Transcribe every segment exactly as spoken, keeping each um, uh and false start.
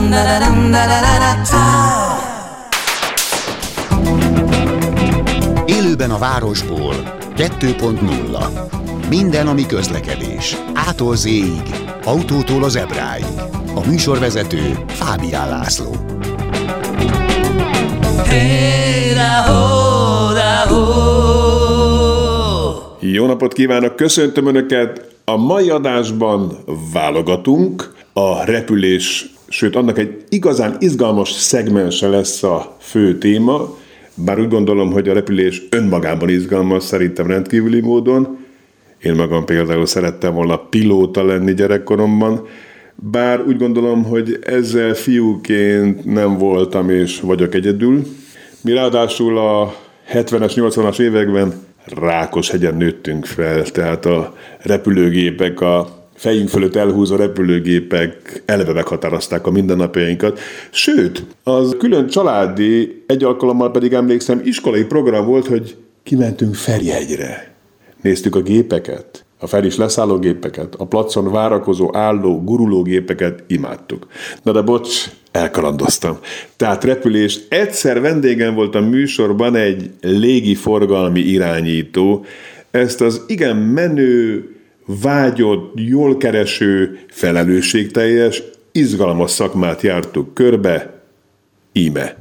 Élőben a városból kettő pont nulla. Minden, ami közlekedés. Ától zéig, autótól az ebráig. A műsorvezető Fábián László. Jó napot kívánok, köszöntöm Önöket! A mai adásban válogatunk, a repülés, sőt annak egy igazán izgalmas szegmense lesz a fő téma, bár úgy gondolom, hogy a repülés önmagában izgalmas, szerintem rendkívüli módon. Én magam például szerettem volna pilóta lenni gyerekkoromban, bár úgy gondolom, hogy ezzel fiúként nem voltam és vagyok egyedül. Mi ráadásul a hetvenes, nyolcvanas években Rákoshegyen nőttünk fel, tehát a repülőgépek, a fejünk fölött elhúzó repülőgépek eleve meghatározták a mindennapjainkat. Sőt, az külön családi, egy alkalommal pedig emlékszem, iskolai program volt, hogy kimentünk Ferihegyre. Néztük a gépeket, a fel- és leszállógépeket, a placon várakozó, álló, guruló gépeket imádtuk. Na de bocs, elkalandoztam. Tehát repülés. Egyszer vendégem volt a műsorban egy légiforgalmi irányító. Ezt az igen menő, vágyott, jól kereső, felelősségteljes, izgalmas szakmát jártuk körbe. Íme.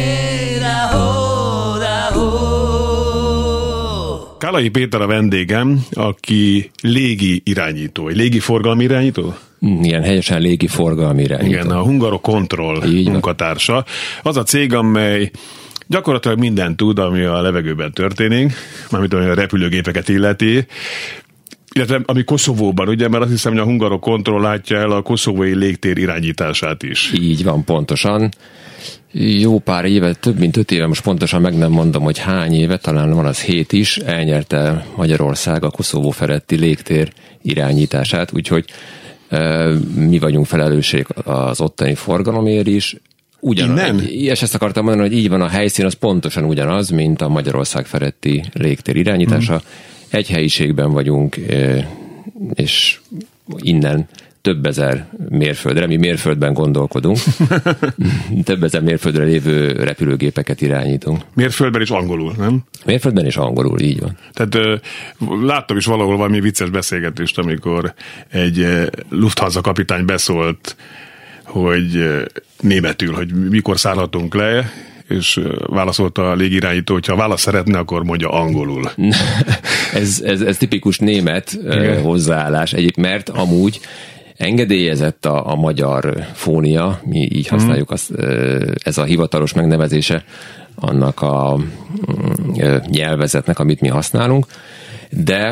Kálai Péter a vendégem, aki légi irányító, egy légiforgalmi irányító? Igen, helyesen légiforgalmi irányító. Igen, a Hungarocontrol munkatársa. Az a cég, amely gyakorlatilag mindent tud, ami a levegőben történik, mármint a repülőgépeket illeti, illetve ami Koszovóban, ugye, mert azt hiszem, hogy a Hungarocontrol látja el a koszovói légtér irányítását is. Így van, pontosan. Jó pár éve, több mint öt éve, most pontosan meg nem mondom, hogy hány éve, talán van az hét is, elnyerte Magyarország a Koszovó feletti légtér irányítását, úgyhogy e, mi vagyunk felelősség az ottani forgalomért is. Ugyanaz, egy, és ezt akartam mondani, hogy így van, a helyszín az pontosan ugyanaz, mint a Magyarország feletti légtér irányítása. Hmm. Egy helyiségben vagyunk, és innen több ezer mérföldre, mi mérföldben gondolkodunk, több ezer mérföldre lévő repülőgépeket irányítunk. Mérföldben is angolul, nem? Mérföldben is angolul, így van. Tehát láttam is valahol valami vicces beszélgetést, amikor egy Lufthansa kapitány beszólt, hogy németül, hogy mikor szállhatunk le, és válaszolta a légirányító, hogyha választ szeretne, akkor mondja angolul. ez, ez, ez tipikus német Igen. hozzáállás egyik, mert amúgy engedélyezett a, a magyar fónia, mi így használjuk, azt, ez a hivatalos megnevezése annak a nyelvezetnek, amit mi használunk, de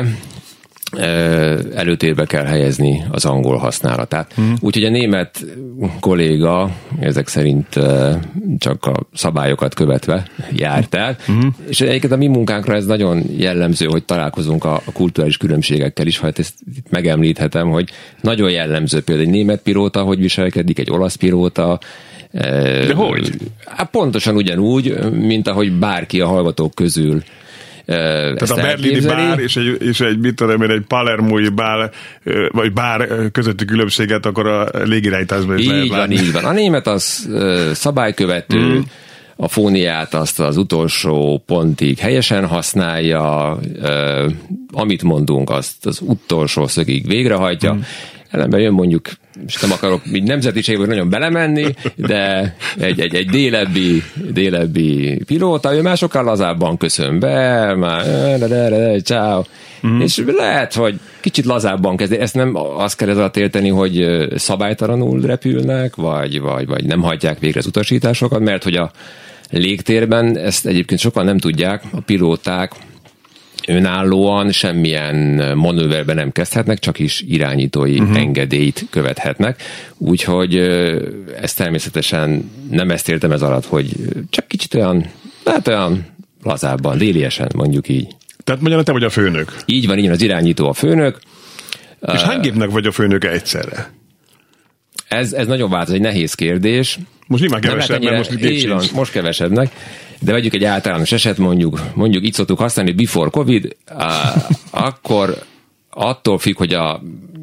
előtérbe kell helyezni az angol használatát. Hmm. Úgyhogy a német kolléga ezek szerint csak a szabályokat követve járt el, hmm. és egyébként a mi munkánkra ez nagyon jellemző, hogy találkozunk a, a kulturális különbségekkel is, ha ezt itt megemlíthetem, hogy nagyon jellemző például egy német pilóta, hogy viselkedik, egy olasz pilóta. De hogy? Hát pontosan ugyanúgy, mint ahogy bárki a hallgatók közül. Tehát a berlini bár és egy, és egy, mit tudom én, egy palermói bár, vagy bár közötti különbséget akkor a légirányításban is így lehet van, látni. Így van. A német az szabálykövető, mm. a fóniát azt az utolsó pontig helyesen használja, amit mondunk, azt az utolsó szögig végrehajtja. Mm. Ellenben jön mondjuk, és nem akarok így nemzetiségben nagyon belemenni, de egy, egy, egy délebbi, délebbi pilóta, ő már sokkal lazábban köszön be, már ciao. Mm. És lehet, hogy kicsit lazábban kezdi. Ezt nem azt kell ez alatt érteni, hogy szabálytalanul repülnek, vagy, vagy, vagy nem hajtják végre az utasításokat, mert hogy a légtérben ezt egyébként sokan nem tudják, a pilóták önállóan semmilyen manőverben nem kezdhetnek, csak is irányítói uh-huh. engedélyt követhetnek. Úgyhogy ez természetesen nem ezt értem ez alatt, hogy csak kicsit olyan, hát olyan lazábban, déliesen mondjuk így. Tehát magyarán te vagy a főnök. Így van, így van, az irányító a főnök. És hány gépnek vagy a főnöke egyszerre? Ez, ez nagyon változó, egy nehéz kérdés. Most nyilván kevesebb, mert most itt van, most kevesebbnek. De vegyük egy általános eset, mondjuk, mondjuk itt szoktuk használni before Covid, á, akkor attól függ, hogy a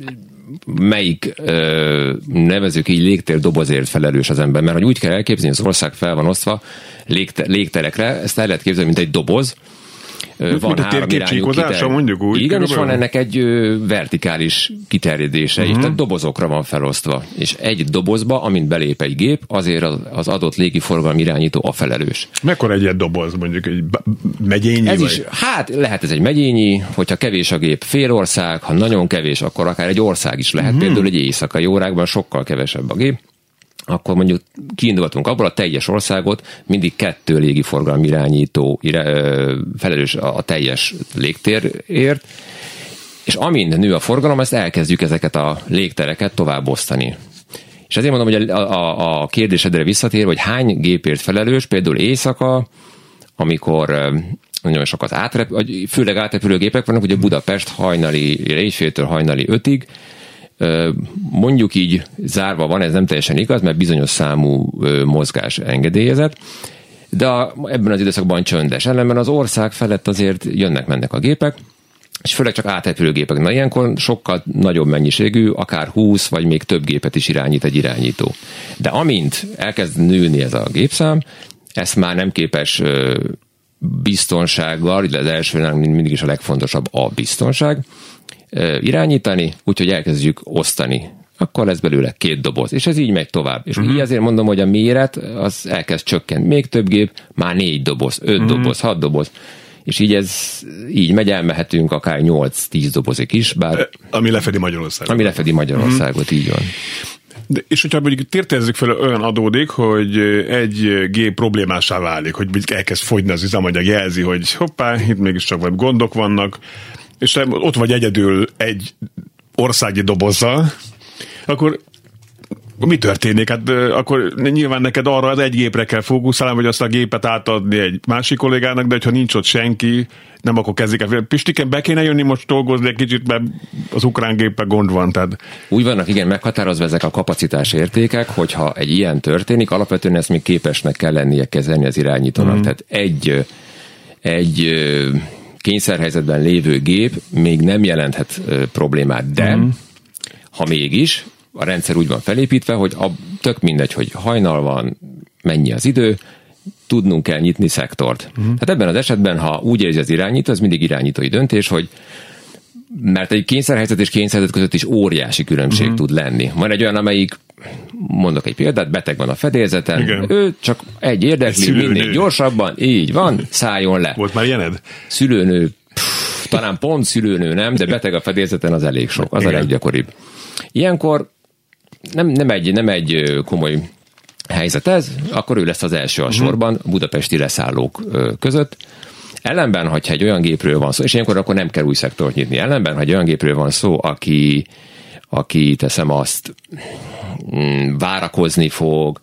melyik ö, nevezük így légtérdobozért felelős az ember, mert hogy úgy kell elképzelni, az ország fel van osztva légte, légterekre, ezt el lehet képzelni, mint egy doboz. Ö, van három irányú kiter... mondjuk úgy. Igen, és van ennek egy ö, vertikális kiterjedése uh-huh. is, tehát dobozokra van felosztva. És egy dobozba, amint belép egy gép, azért az, az adott légiforgalmi irányító a felelős. Mekkora egy ilyen doboz, mondjuk egy megyényi? Ez vagy? is, hát lehet ez egy megyényi, hogyha kevés a gép, fél ország, ha nagyon kevés, akkor akár egy ország is lehet, uh-huh. például egy éjszakai órákban sokkal kevesebb a gép, akkor mondjuk kiindultunk abból, a teljes országot mindig kettő légiforgalmi irányító felelős a teljes légtérért, és amint nő a forgalom, ezt elkezdjük ezeket a légtereket tovább osztani. És ezért mondom, hogy a, a, a kérdésedre visszatér, hogy hány gépért felelős, például éjszaka, amikor nagyon sok az átrep, főleg átrepülő gépek vannak, ugye Budapest hajnali, éjféltől hajnali ötig, mondjuk így zárva van, ez nem teljesen igaz, mert bizonyos számú mozgás engedélyezett, de a, ebben az időszakban csöndes. Ellenben az ország felett azért jönnek-mennek a gépek, és főleg csak átrepülő gépek. Na ilyenkor sokkal nagyobb mennyiségű, akár húsz vagy még több gépet is irányít egy irányító. De amint elkezd nőni ez a gépszám, ezt már nem képes biztonsággal, illetve az elsőnek mindig is a legfontosabb a biztonság, irányítani, úgyhogy elkezdjük osztani. Akkor lesz belőle két doboz, és ez így megy tovább. És uh-huh. így azért mondom, hogy a méret az elkezd csökkenni. Még több gép, már négy doboz, öt uh-huh. doboz, hat doboz. És így ez, így megy, elmehetünk akár nyolc-tíz dobozig is, bár... Ami lefedi Magyarországot. Ami lefedi Magyarországot, uh-huh. így van. De, és hogyha mondjuk tértezzük fel, olyan adódik, hogy egy gép problémássá válik, hogy elkezd fogyni az üzemanyag, jelzi, hogy hoppá, itt mégiscsak vagy gondok vannak, és ott vagy egyedül egy országi dobozzal, akkor mi történik? Hát akkor nyilván neked arra az egy gépre kell fókuszálni, vagy azt a gépet átadni egy másik kollégának, de ha nincs ott senki, nem akkor kezdik el. Pistiken, be kéne jönni most dolgozni egy kicsit, mert az ukrán géppel gond van. Tehát... Úgy vannak, igen, meghatározva ezek a kapacitás értékek, hogyha egy ilyen történik, alapvetően ezt még képesnek kell lennie kezelni az irányítónak. Mm. Tehát egy, egy kényszerhelyzetben lévő gép még nem jelenthet ö, problémát, de mm. ha mégis, a rendszer úgy van felépítve, hogy a, tök mindegy, hogy hajnal van, mennyi az idő, tudnunk kell nyitni szektort. Mm. Hát ebben az esetben, ha úgy érzi az irányító, az mindig irányítói döntés, hogy mert egy kényszerhelyzet és kényszerhelyzet között is óriási különbség mm. tud lenni. Van egy olyan, amelyik, mondok egy példát, beteg van a fedélzeten, igen. ő csak egy érdekli, minél gyorsabban, így van, szálljon le. Volt már ilyened? Szülőnő, pff, talán pont szülőnő nem, de beteg a fedélzeten az elég sok, az igen. a leggyakoribb. Ilyenkor nem, nem, egy, nem egy komoly helyzet ez, akkor ő lesz az első a sorban a budapesti leszállók között. Ellenben, hogyha egy olyan gépről van szó, és ilyenkor akkor nem kell új szektort nyitni. Ellenben, ha egy olyan gépről van szó, aki, aki teszem azt, várakozni fog,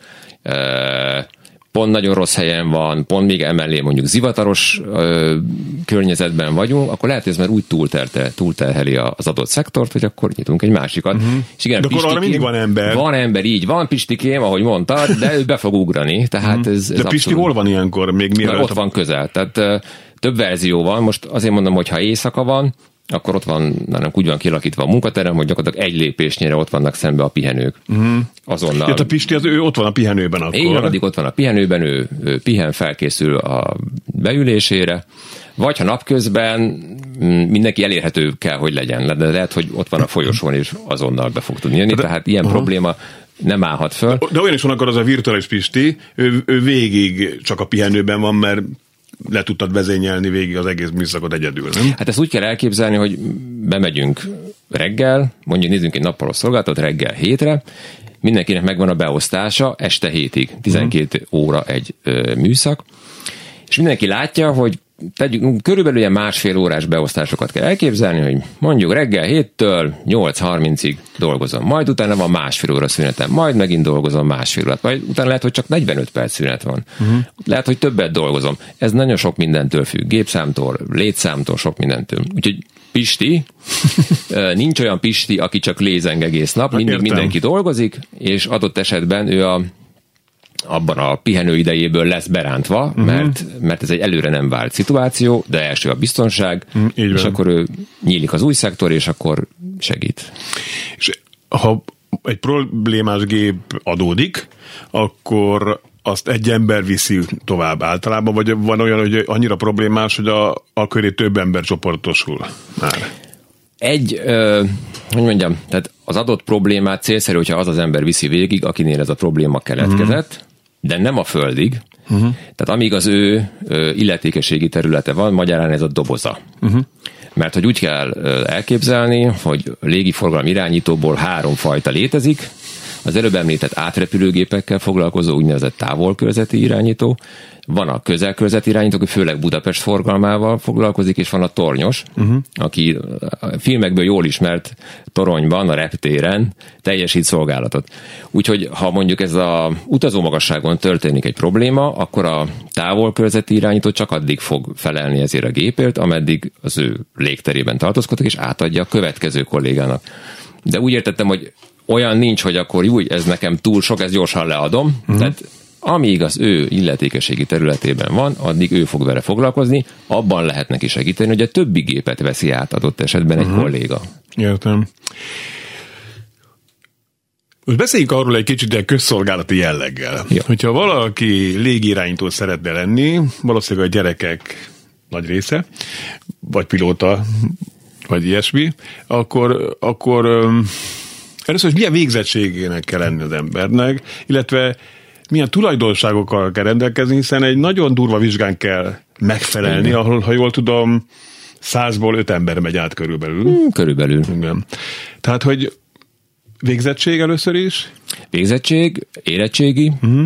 pont nagyon rossz helyen van, pont még emellé mondjuk zivataros ö, környezetben vagyunk, akkor lehet, hogy ez már úgy túlterheli, túlterheli az adott szektort, hogy akkor nyitunk egy másikat. Uh-huh. És igen, de akkor arra mindig van ember. Van ember, így van, Pistikém, ahogy mondtad, de ő be fog ugrani. Tehát uh-huh. ez, ez de Pisti hol van ilyenkor? Még mielőtt? Ott van közel. Tehát ö, több verzió van. Most azért mondom, hogy ha éjszaka van, akkor ott van, nem úgy van kialakítva a munkaterem, hogy gyakorlatilag egy lépésnyire ott vannak szembe a pihenők. Uh-huh. Azonnal. Ja, a Pisti, az ő ott van a pihenőben akkor. Én addig ott van a pihenőben, ő, ő pihen, felkészül a beülésére, vagy ha napközben mindenki elérhető kell, hogy legyen, de lehet, hogy ott van a folyosón, és azonnal be fog tudni jönni, de, tehát ilyen uh-huh. probléma nem állhat föl. De olyan is van akkor az a virtuális Pisti, ő, ő végig csak a pihenőben van, mert le tudtad vezényelni végig az egész műszakot egyedül, nem? Hát ezt úgy kell elképzelni, hogy bemegyünk reggel, mondjuk nézzünk egy nappaló szolgáltatót reggel hétre, mindenkinek megvan a beosztása este hétig, tizenkét uh-huh. óra egy ö, műszak, és mindenki látja, hogy tegyük, körülbelül ilyen másfél órás beosztásokat kell elképzelni, hogy mondjuk reggel héttől nyolc harmincig dolgozom, majd utána van másfél óra szünetem, majd megint dolgozom másfél órát, majd utána lehet, hogy csak negyvenöt perc szünet van. Uh-huh. Lehet, hogy többet dolgozom. Ez nagyon sok mindentől függ, gépszámtól, létszámtól, sok mindentől. Úgyhogy Pisti, nincs olyan Pisti, aki csak lézeng egész nap, mindig Értem. mindenki dolgozik, és adott esetben ő a abban a pihenő idejéből lesz berántva, uh-huh. mert, mert ez egy előre nem vált szituáció, de első a biztonság, uh-huh. és akkor ő nyílik az új szektor, és akkor segít. És ha egy problémás gép adódik, akkor azt egy ember viszi tovább általában, vagy van olyan, hogy annyira problémás, hogy a, a köré több ember csoportosul már? Egy, ö, hogy mondjam, tehát az adott problémát célszerű, hogyha az az ember viszi végig, akinél ez a probléma keletkezett, uh-huh. de nem a földig. Uh-huh. Tehát amíg az ő ö, illetékességi területe van, magyarán ez a doboza. Uh-huh. Mert hogy úgy kell elképzelni, hogy légiforgalom irányítóból három fajta létezik, az előbb említett átrepülőgépekkel foglalkozó úgynevezett távolkörzeti irányító, van a közelkörzeti irányító, aki főleg Budapest forgalmával foglalkozik, és van a tornyos, uh-huh. aki a filmekből jól ismert toronyban, a reptéren teljesít szolgálatot. Úgyhogy ha mondjuk ez az utazómagasságon történik egy probléma, akkor a távolkörzeti irányító csak addig fog felelni ezért a gépért, ameddig az ő légterében tartózkodik, és átadja a következő kollégának. De úgy értettem, hogy olyan nincs, hogy akkor jó, ez nekem túl sok, ezt gyorsan leadom. Uh-huh. Tehát amíg az ő illetékességi területében van, addig ő fog vele foglalkozni, abban lehet neki segíteni, hogy a többi gépet veszi át adott esetben egy uh-huh. kolléga. Értem. Most beszéljünk arról egy kicsit egy közszolgálati jelleggel. Ja. Hogyha valaki légirányító szeretne lenni, valószínűleg a gyerekek nagy része, vagy pilóta, vagy ilyesmi, akkor, akkor először, hogy milyen végzettségének kell lenni az embernek, illetve milyen tulajdonságokkal kell rendelkezni, hiszen egy nagyon durva vizsgán kell megfelelni, igen. ahol, ha jól tudom, százból öt ember megy át körülbelül. Hmm, körülbelül. Igen. Tehát, hogy végzettség először is? Végzettség, érettségi, uh-huh.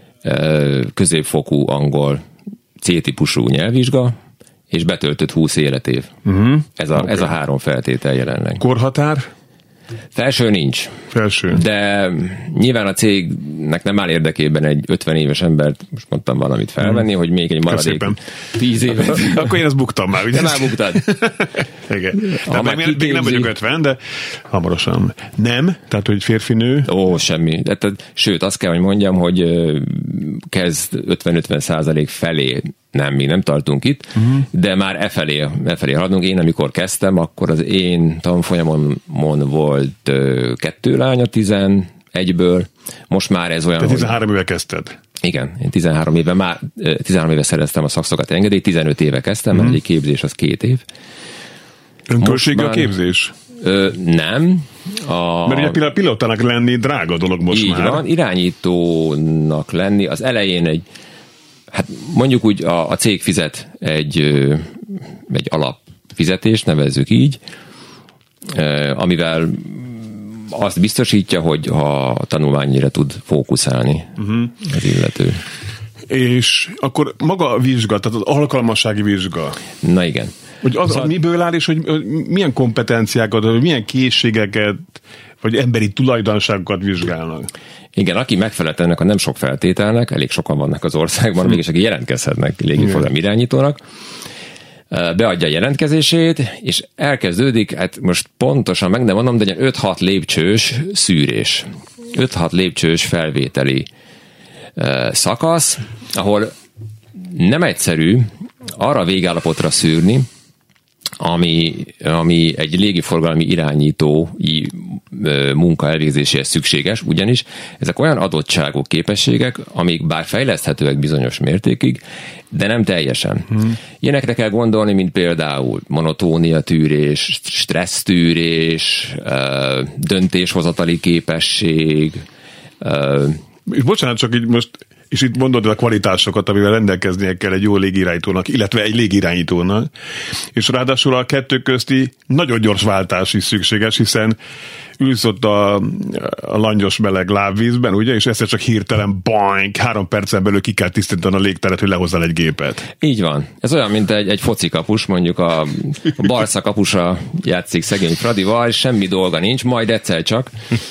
középfokú angol C-típusú nyelvvizsga, és betöltött húsz életév. Uh-huh. Ez, a, okay. ez a három feltétel jelenleg. Korhatár? Felső nincs. Felső. De nyilván a cégnek nem áll érdekében egy ötven éves embert, most mondtam valamit felvenni, hmm. hogy még egy maradék tíz évet. Akkor én ezt buktam már, ugye? De már buktad. Igen. De meg még, még nem vagyok ötven, de hamarosan. Nem? Tehát, hogy férfi-nő? Ó, semmi. De, tehát, sőt, azt kell, hogy mondjam, hogy kezd ötven-ötven százalék felé nem, mi nem tartunk itt, uh-huh. de már e felé, e felé haladunk. Én amikor kezdtem, akkor az én tanfolyamon volt ö, kettő lány a tizenegyből, most már ez olyan, te tizenhárom éve kezdted? Igen, én tizenhárom éve, már tizenhárom éve szereztem a szakszolgálati engedélyt, tizenöt éve kezdtem, uh-huh. mert egy képzés az két év. Önköltsége a képzés? Ö, nem. A... Mert ugye pilótának lenni drága dolog most így már. Így van, irányítónak lenni, az elején egy hát mondjuk úgy a, a cég fizet egy, egy alapfizetést, nevezzük így, amivel azt biztosítja, hogy ha a tanulmányra tud fókuszálni uh-huh. az illető. És akkor maga a vizsga, tehát az alkalmassági vizsga. Na igen. Hogy az, az miből áll, és hogy milyen kompetenciákat, vagy milyen készségeket, vagy emberi tulajdonságokat vizsgálnak? Igen, aki megfelelt ennek a nem sok feltételnek, elég sokan vannak az országban, mégis aki jelentkezhetnek légiforgalmi irányítónak, beadja a jelentkezését, és elkezdődik, hát most pontosan meg nem mondom, de öt-hat lépcsős szűrés. öt-hat lépcsős felvételi szakasz, ahol nem egyszerű arra végállapotra szűrni, ami, ami egy légiforgalmi irányítói munka elvégzéséhez szükséges, ugyanis ezek olyan adottságok, képességek, amik bár fejleszthetőek bizonyos mértékig, de nem teljesen. Hmm. Ilyenekre kell gondolni, mint például monotónia tűrés, stressztűrés, döntéshozatali képesség. És bocsánat, csak így most és itt mondod a kvalitásokat, amivel rendelkeznie kell egy jó légirányítónak, illetve egy légirányítónak, és ráadásul a kettő közti nagyon gyors váltás is szükséges, hiszen ülsz ott a, a langyos meleg lábvízben, ugye, és egyszer csak hirtelen boink, három percen belül ki kell tisztítani a légteret, hogy lehozzál egy gépet. Így van. Ez olyan, mint egy, egy foci kapus, mondjuk a, a Barca kapusa játszik szegény Fradival, és semmi dolga nincs, majd egyszer csak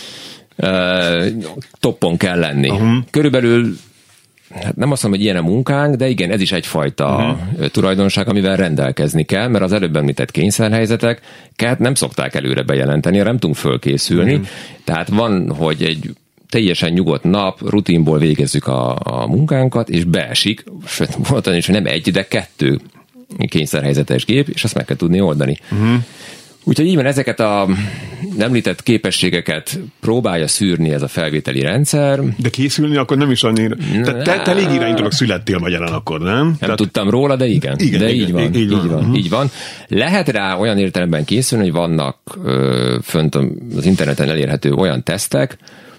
uh, toppon kell lenni. Uh-huh. Körülbelül hát nem azt mondom, hogy ilyen a munkánk, de igen, ez is egyfajta uh-huh. tulajdonság, amivel rendelkezni kell, mert az előbb említett kényszerhelyzeteket nem szokták előre bejelenteni, nem tudunk fölkészülni. Uh-huh. Tehát van, hogy egy teljesen nyugodt nap, rutinból végezzük a, a munkánkat, és beesik, sőt, mondani is, hogy nem egy, de kettő kényszerhelyzetes gép, és azt meg kell tudni oldani. Uh-huh. Úgyhogy így van, ezeket a említett képességeket próbálja szűrni ez a felvételi rendszer. De készülni akkor nem is annyira. Te, te, te légirányítólag születtél magyarán akkor, nem? Nem Tehát... tudtam róla, de igen. igen de igen, így, van, így, így, van. Így, van, uh-huh. így van. Lehet rá olyan értelemben készülni, hogy vannak ö, fönt az interneten elérhető olyan tesztek,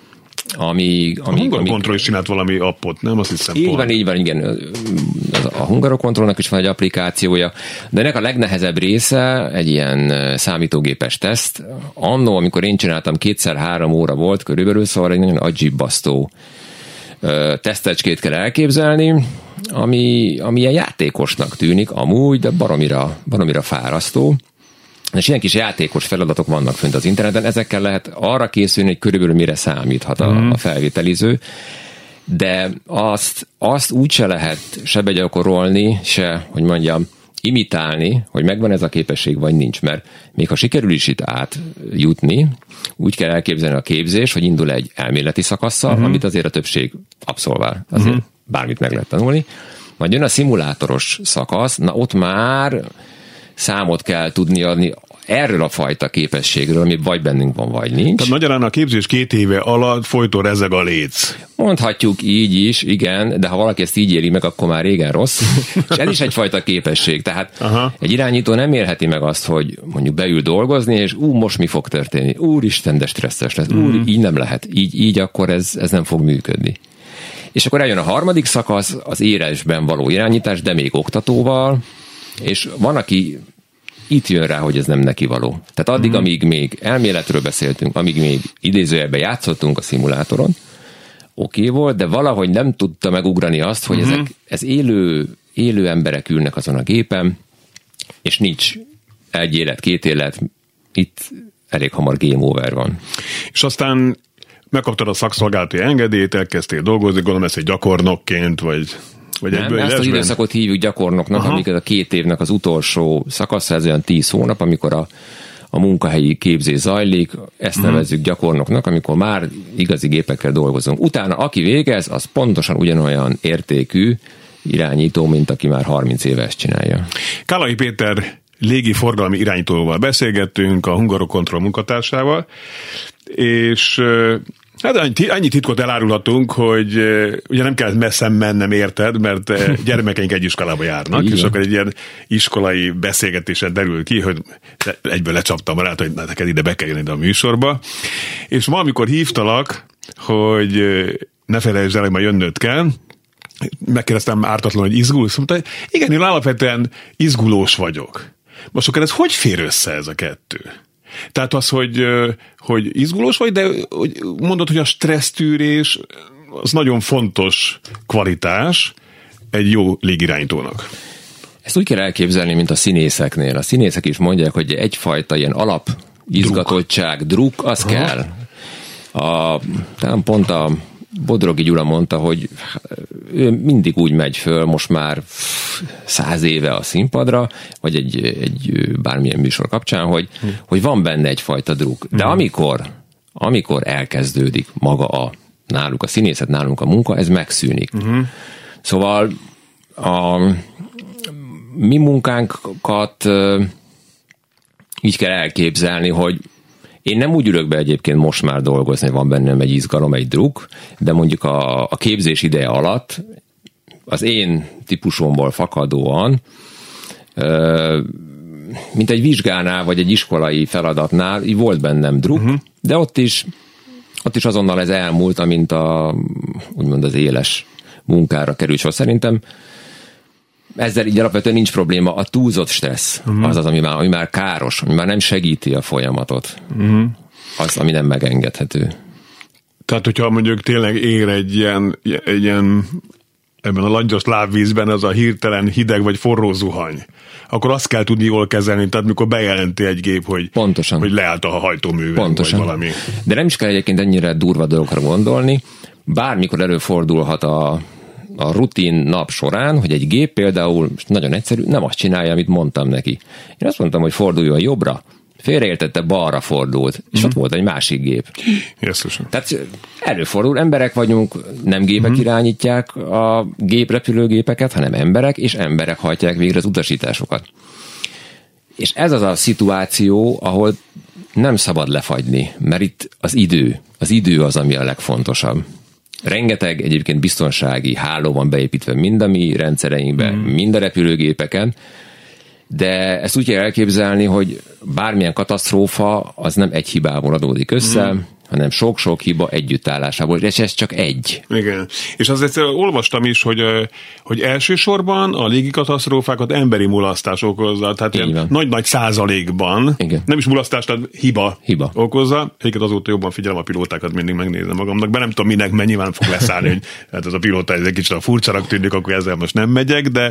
Ami, ami, a Hungarocontrol is csinált valami appot, nem? Azt hiszem. Így van, így van, igen. A Hungarocontrolnak is van egy applikációja, de ennek a legnehezebb része egy ilyen számítógépes teszt. Annó, amikor én csináltam, kétszer három óra volt körülbelül, szóval egy nagyon agyzsibbasztó tesztecskét kell elképzelni, ami, ami ilyen játékosnak tűnik amúgy, de baromira, baromira fárasztó. És ilyen kis játékos feladatok vannak fönt az interneten, ezekkel lehet arra készülni, hogy körülbelül mire számíthat a, a felvételiző, de azt, azt úgy se lehet se begyakorolni, se, hogy mondjam, imitálni, hogy megvan ez a képesség, vagy nincs, mert még ha sikerül is itt átjutni, úgy kell elképzelni a képzés, hogy indul egy elméleti szakasszal, uh-huh. amit azért a többség abszolvál, azért uh-huh. bármit meg lehet tanulni, majd jön a szimulátoros szakasz, na ott már számot kell tudni adni erről a fajta képességről, ami vagy bennünk van, vagy nincs. Tehát magyarán a képzés két éve alatt folyton rezeg a léc. Mondhatjuk így is, igen, de ha valaki ezt így éli meg, akkor már régen rossz. És ez is egyfajta képesség. Tehát Aha. egy irányító nem érheti meg azt, hogy mondjuk beül dolgozni, és ú, most mi fog történni? Úristen, de stresszes lesz. Úr, így nem lehet. Így, így akkor ez, ez nem fog működni. És akkor eljön a harmadik szakasz, az élesben való irányítás, de még oktatóval, és van, aki itt jön rá, hogy ez nem neki való. Tehát addig, mm. amíg még elméletről beszéltünk, amíg még idézőjelben játszottunk a szimulátoron, oké okay volt, de valahogy nem tudta megugrani azt, hogy mm. ezek, ez élő, élő emberek ülnek azon a gépen, és nincs egy élet, két élet, itt elég hamar game over van. És aztán megkaptad a szakszolgálati engedélyt, elkezdtél dolgozni, gondolom ezt egy gyakornokként, vagy... Vagy nem, ezt az időszakot hívjuk gyakornoknak, Aha. amikor a két évnek az utolsó szakasza, ez olyan tíz hónap, amikor a, a munkahelyi képzés zajlik, ezt uh-huh. nevezzük gyakornoknak, amikor már igazi gépekkel dolgozunk. Utána aki végez, az pontosan ugyanolyan értékű irányító, mint aki már harminc éve ezt csinálja. Kállai Péter légi forgalmi irányítóval beszélgettünk, a Hungarocontrol munkatársával, és... Hát annyi titkot elárulhatunk, hogy ugye nem kellett messze mennem, érted, mert gyermekeink egy iskolába járnak, igen. És akkor egy ilyen iskolai beszélgetésen derül ki, hogy egyből lecsaptam rá, hogy neked ide be kell jönni ide a műsorba. És ma, amikor hívtalak, hogy ne felejtsd el, hogy majd jönnöd kell, megkérdeztem ártatlan, hogy izgulsz, mondta, igen, én alapvetően izgulós vagyok. Most akkor ez hogy fér össze ez a kettő? Tehát az, hogy, hogy izgulós vagy, de mondod, hogy a stressztűrés az nagyon fontos kvalitás egy jó légirányítónak. Ezt úgy kell elképzelni, mint a színészeknél. A színészek is mondják, hogy egyfajta ilyen alap izgatottság, druk, az Aha. kell. A, talán pont a Bodrogi Gyula mondta, hogy ő mindig úgy megy föl, most már száz éve a színpadra, vagy egy, egy bármilyen műsor kapcsán, hogy, hm. hogy van benne egyfajta druk. De hm. amikor, amikor elkezdődik maga a náluk a színészet, nálunk a munka, ez megszűnik. Hm. Szóval a mi munkánkat így kell elképzelni, hogy én nem úgy ülök be egyébként most már dolgozni, van bennem egy izgalom, egy druk, de mondjuk a, a képzés ideje alatt az én típusomból fakadóan, mint egy vizsgánál, vagy egy iskolai feladatnál, így volt bennem druk, uh-huh. de ott is, ott is azonnal ez elmúlt, amint a, úgymond az éles munkára került sor. Szerintem ezzel így alapvetően nincs probléma. A túlzott stressz uh-huh. az az, ami már, ami már káros, ami már nem segíti a folyamatot. Uh-huh. Az, ami nem megengedhető. Tehát, hogyha mondjuk tényleg ér egy ilyen, egy ilyen ebben a langyos lábvízben az a hirtelen hideg vagy forró zuhany, akkor azt kell tudni jól kezelni, tehát mikor bejelenti egy gép, hogy, Pontosan. hogy leállt a hajtóművel, Pontosan. vagy valami. De nem is kell egyébként ennyire durva dolgokra gondolni. Bármikor előfordulhat a a rutin nap során, hogy egy gép például, nagyon egyszerű, nem azt csinálja, amit mondtam neki. Én azt mondtam, hogy forduljon jobbra, félreértette, balra fordult, és mm. ott volt egy másik gép. Jesszusom. Tehát előfordul, emberek vagyunk, nem gépek mm. irányítják a géprepülőgépeket, hanem emberek, és emberek hajtják végre az utasításokat. És ez az a szituáció, ahol nem szabad lefagyni, mert itt az idő, az idő az, ami a legfontosabb. Rengeteg egyébként biztonsági háló van beépítve mind a mi rendszereinkben, mm. mind a repülőgépeken, de ezt úgy kell elképzelni, hogy bármilyen katasztrófa az nem egy hibából adódik össze, mm. hanem sok-sok hiba együttállásából, és ez csak egy. Igen. És azért olvastam is, hogy, hogy elsősorban a légikatasztrófákat emberi mulasztás okozza, tehát ilyen nagy-nagy százalékban, igen. nem is mulasztás, tehát hiba, hiba. okozza. Egyiket azóta jobban figyelem a pilótákat, mindig megnézem magamnak, be nem tudom minek, mert nyilván fog leszállni, hogy hát ez a pilóta ez egy kicsit a furcsának tűnik, akkor ezzel most nem megyek, de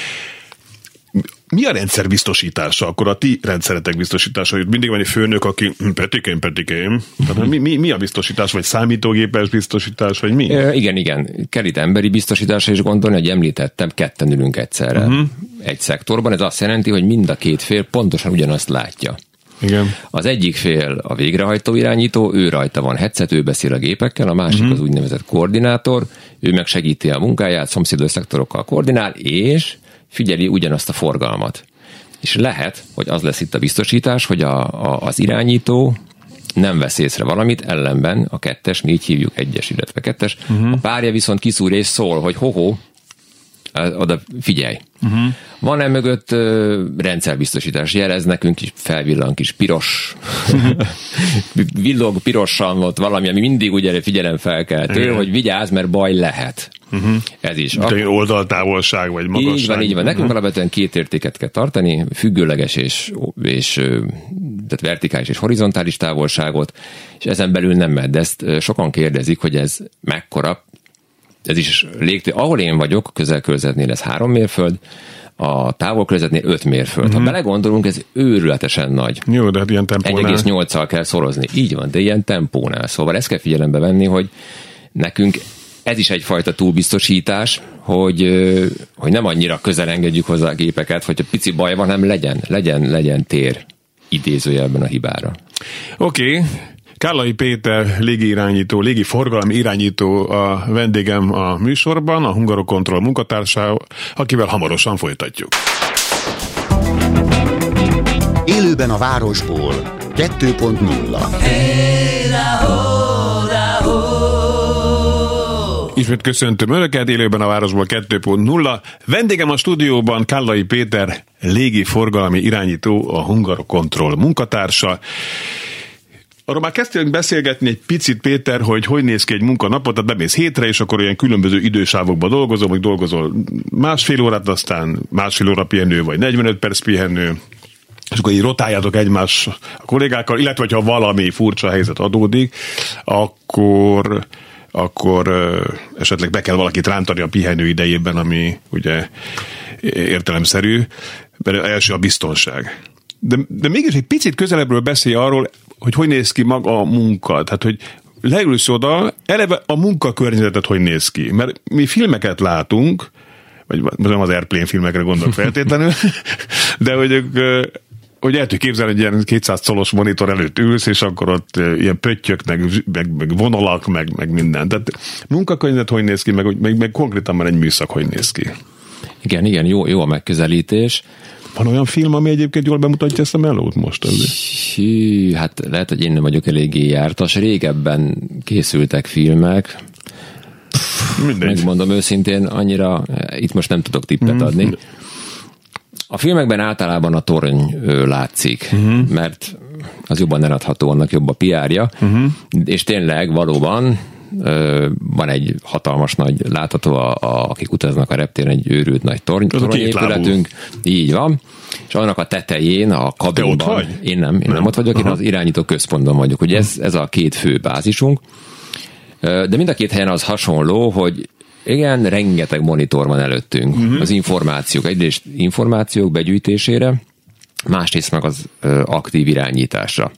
mi a rendszer biztosítása? Akkor a ti rendszeretek biztosítása, hogy mindig van egy főnök, aki petikém, petikém. Tehát mi, mi, mi a biztosítás? Vagy számítógépes biztosítás? Vagy mi? E, igen, igen. Kell itt emberi biztosításra is gondolni, hogy említettem, ketten ülünk egyszerre. Uh-huh. Egy szektorban. Ez azt jelenti, hogy mind a két fél pontosan ugyanazt látja. Igen. Az egyik fél a végrehajtó irányító, ő rajta van headset, ő beszél a gépekkel, a másik uh-huh. az úgynevezett koordinátor, ő meg segíti a munkáját, szomszédos szektorokkal koordinál, és figyeli ugyanazt a forgalmat. És lehet, hogy az lesz itt a biztosítás, hogy a, a, az irányító nem vesz észre valamit, ellenben a kettes, mi így hívjuk egyes, illetve kettes, uh-huh. a párja viszont kiszúr és szól, hogy ho-ho, oda figyelj. Uh-huh. Van-e mögött uh, rendszerbiztosítás? Jelez nekünk is, felvillan kis piros, villog pirosan ott valami, ami mindig ugye figyelemfelkeltő, uh-huh. hogy vigyázz, mert baj lehet. Uh-huh. Ez is. Ak- oldaltávolság, vagy magasság. Így van, így van. Nekünk uh-huh. alapvetően két értéket kell tartani, függőleges és, és tehát vertikális és horizontális távolságot, és ezen belül nem megy. De ezt sokan kérdezik, hogy ez mekkora. Ez is légtér. Ahol én vagyok, a közelkörzetnél ez három mérföld, a távolkörzetnél öt mérföld. Uh-huh. Ha belegondolunk, ez őrületesen nagy. Jó, de hát ilyen tempónál. egy egész nyolccal kell szorozni. Így van, de ilyen tempónál. Szóval ezt kell figyelembe venni, hogy nekünk ez is egyfajta túlbiztosítás, hogy, hogy nem annyira közel engedjük hozzá a gépeket, hogyha pici baj van, nem legyen, legyen, legyen tér idézőjelben a hibára. Oké. Okay. Kállai Péter légiirányító, légiforgalmi irányító a vendégem a műsorban, a Hungarocontrol munkatársa, akivel hamarosan folytatjuk. Élőben a városból kettő pont nulla. Ismét köszöntöm Önöket, élőben a városból kettő pont nulla. Vendégem a stúdióban Kállai Péter, légiforgalmi irányító, a Hungarocontrol munkatársa. Arról már kezdtünk beszélgetni egy picit, Péter, hogy hogy néz ki egy munkanapot, tehát bemész hétre, és akkor olyan különböző idősávokban dolgozol, vagy dolgozol másfél órát, aztán másfél óra pihenő, vagy negyvenöt perc pihenő, és akkor így rotáljátok egymás a kollégákkal, illetve ha valami furcsa helyzet adódik, akkor, akkor esetleg be kell valakit rántani a pihenő idejében, ami ugye értelemszerű, mert első a biztonság. De, de mégis egy picit közelebbről beszélj arról, hogy hogy néz ki maga a munka. Tehát, hogy leülsz oda, eleve a munkakörnyezetet hogy néz ki. Mert mi filmeket látunk, vagy nem az Airplane filmekre gondolok feltétlenül, de hogy, hogy el tudjuk képzelni, hogy ilyen kétszáz colos monitor előtt ülsz, és akkor ott ilyen pöttyök, meg, meg, meg vonalak, meg, meg minden. Tehát munkakörnyezet hogy néz ki, meg, meg, meg konkrétan már egy műszak hogy néz ki. Igen, igen, jó, jó a megközelítés. Van olyan film, ami egyébként jól bemutatja ezt a melót most? Hű, hát lehet, hogy én nem vagyok eléggé jártas. Régebben készültek filmek. Mindegy. Megmondom őszintén, annyira itt most nem tudok tippet mm. adni. A filmekben általában a torony látszik, mm. mert az jobban eladható, annak jobb a pé er-ja, mm. és tényleg valóban van egy hatalmas nagy látható, a, a, akik utaznak a reptéren, egy őrült nagy torny, toronyépületünk. Így van. És annak a tetején, a kabinban. Én nem, én nem, nem ott vagyok, Aha. én az irányító központban vagyok. Ugye ez, ez a két fő bázisunk. De mind a két helyen az hasonló, hogy igen, rengeteg monitor van előttünk. Uh-huh. Az információk, egyrészt információk begyűjtésére, másrészt meg az ö, aktív irányításra.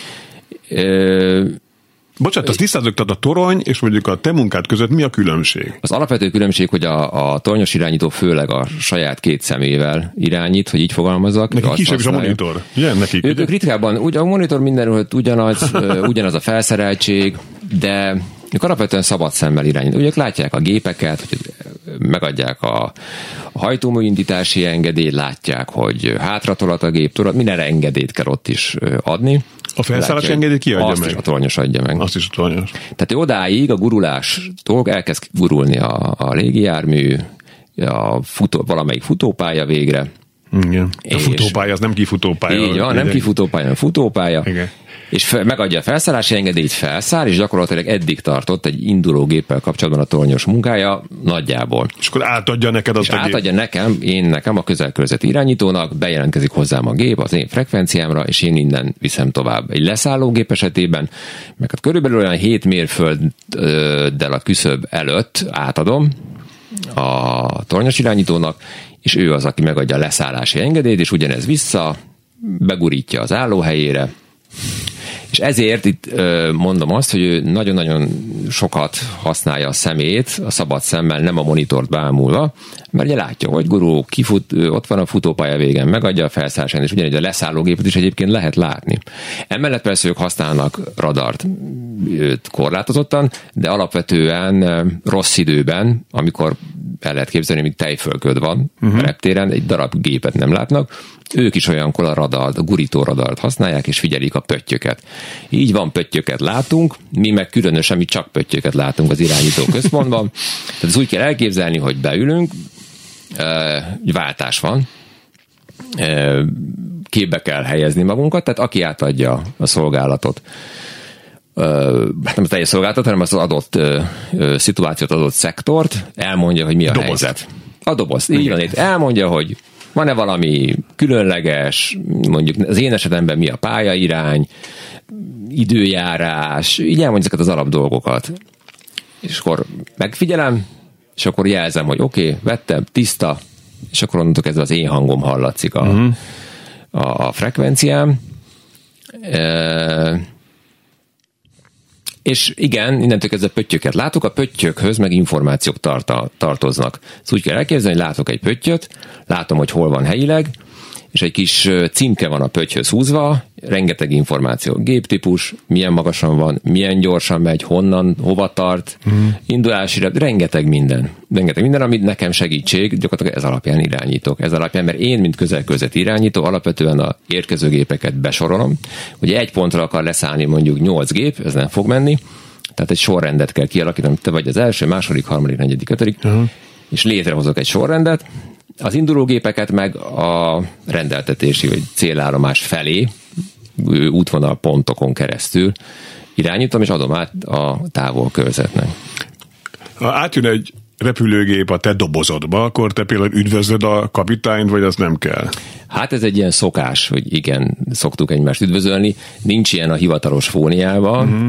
Ö, Bocsánat, azt tisztázok, tehát a torony és mondjuk a te munkád között mi a különbség? Az alapvető különbség, hogy a, a tornyos irányító főleg a saját két szemével irányít, hogy így fogalmazzak. Nekik kisebb is a monitor. Igen, nekik. Ők, ők ritkábban, ugy, a monitor mindenről ugyanaz, ugyanaz a felszereltség, de ők alapvetően szabad szemmel irányít. Ugye ők látják a gépeket, hogy megadják a hajtóműindítási engedélyt, látják, hogy hátratolat a gép, tudod, mindenre engedélyt kell ott is adni. A felszállás engedélyt ki adja azt meg? Azt is a tornyos adja meg. Azt is a tornyos. Tehát odáig a gurulástól elkezd gurulni a, a légijármű, a futó, valamelyik futópálya végre. Igen. A futópálya, az nem kifutópálya. Így van, nem kifutópálya, hanem futópálya. Igen. És fe, megadja a felszállási engedélyt, felszáll, és gyakorlatilag eddig tartott egy indulógéppel kapcsolatban a tornyos munkája nagyjából. És akkor átadja neked azt és a gép. átadja nekem, én nekem a közel-körzeti irányítónak, bejelentkezik hozzám a gép az én frekvenciámra, és én innen viszem tovább. Egy leszállógép esetében, meg hát körülbelül olyan hét mérfölddel a küszöb előtt átadom a tornyos irányítónak, és ő az, aki megadja a leszállási engedélyt, és ugyanez vissza, begurítja az állóhelyére. És ezért itt mondom azt, hogy ő nagyon-nagyon sokat használja a szemét, a szabad szemmel, nem a monitort bámulva, mert ugye látja, hogy gurul, kifut, ott van a futópálya végen, megadja a felszállásán, és ugyanígy a leszállógépet is egyébként lehet látni. Emellett persze ők használnak radart korlátozottan, de alapvetően rossz időben, amikor el lehet képzelni, míg tejfölköd van uh-huh. a reptéren, egy darab gépet nem látnak, ők is olyankor a radart, a gurító radart használják, és figyelik a pöttyöket. Így van, pöttyöket látunk, mi meg különösen mi csak pöttyöket látunk az irányító központban. Tehát ezt úgy kell elképzelni, hogy beülünk, váltás van, képbe kell helyezni magunkat, tehát aki átadja a szolgálatot, hát nem a teljes szolgáltat, hanem az adott uh, uh, szituációt, adott szektort, elmondja, hogy mi a dobozt. helyzet. A dobozt. Így van, itt elmondja, hogy van-e valami különleges, mondjuk az én esetemben mi a pályairány, időjárás, így elmondja ezeket az alapdolgokat. És akkor megfigyelem, és akkor jelzem, hogy oké, okay, vettem, tiszta, és akkor onnantól kezdve az én hangom hallatszik a, uh-huh. a, a frekvenciám. E- És igen, innentől kezdve pöttyöket látok, a pöttyökhöz meg információk tarta, tartoznak. Szóval úgy kell elképzelni, hogy látok egy pöttyöt, látom, hogy hol van helyileg, és egy kis címke van a pöttyhöz húzva, rengeteg információ, géptípus, milyen magasan van, milyen gyorsan megy, honnan, hova tart, mm. indulási, rengeteg minden. Rengeteg minden, amit nekem segítség, gyakorlatilag ez alapján irányítok. Ez alapján, mert én, mint közel-közeti irányító, alapvetően a érkező gépeket besorolom. Ugye egy pontra akar leszállni mondjuk nyolc gép, ez nem fog menni, tehát egy sorrendet kell kialakítani, te vagy az első, második, harmadik, negyedik, ötödik, uh-huh. és létrehozok egy sorrendet, az indulógépeket meg a rendeltetési vagy célállomás felé útvonal pontokon keresztül irányítom, és adom át a távolkörzetnek. Ha átjön egy repülőgép a te dobozodba, akkor te például üdvözlöd a kapitányt, vagy az nem kell? Hát ez egy ilyen szokás, hogy igen, szoktuk egymást üdvözölni. Nincs ilyen a hivatalos fóniában, uh-huh.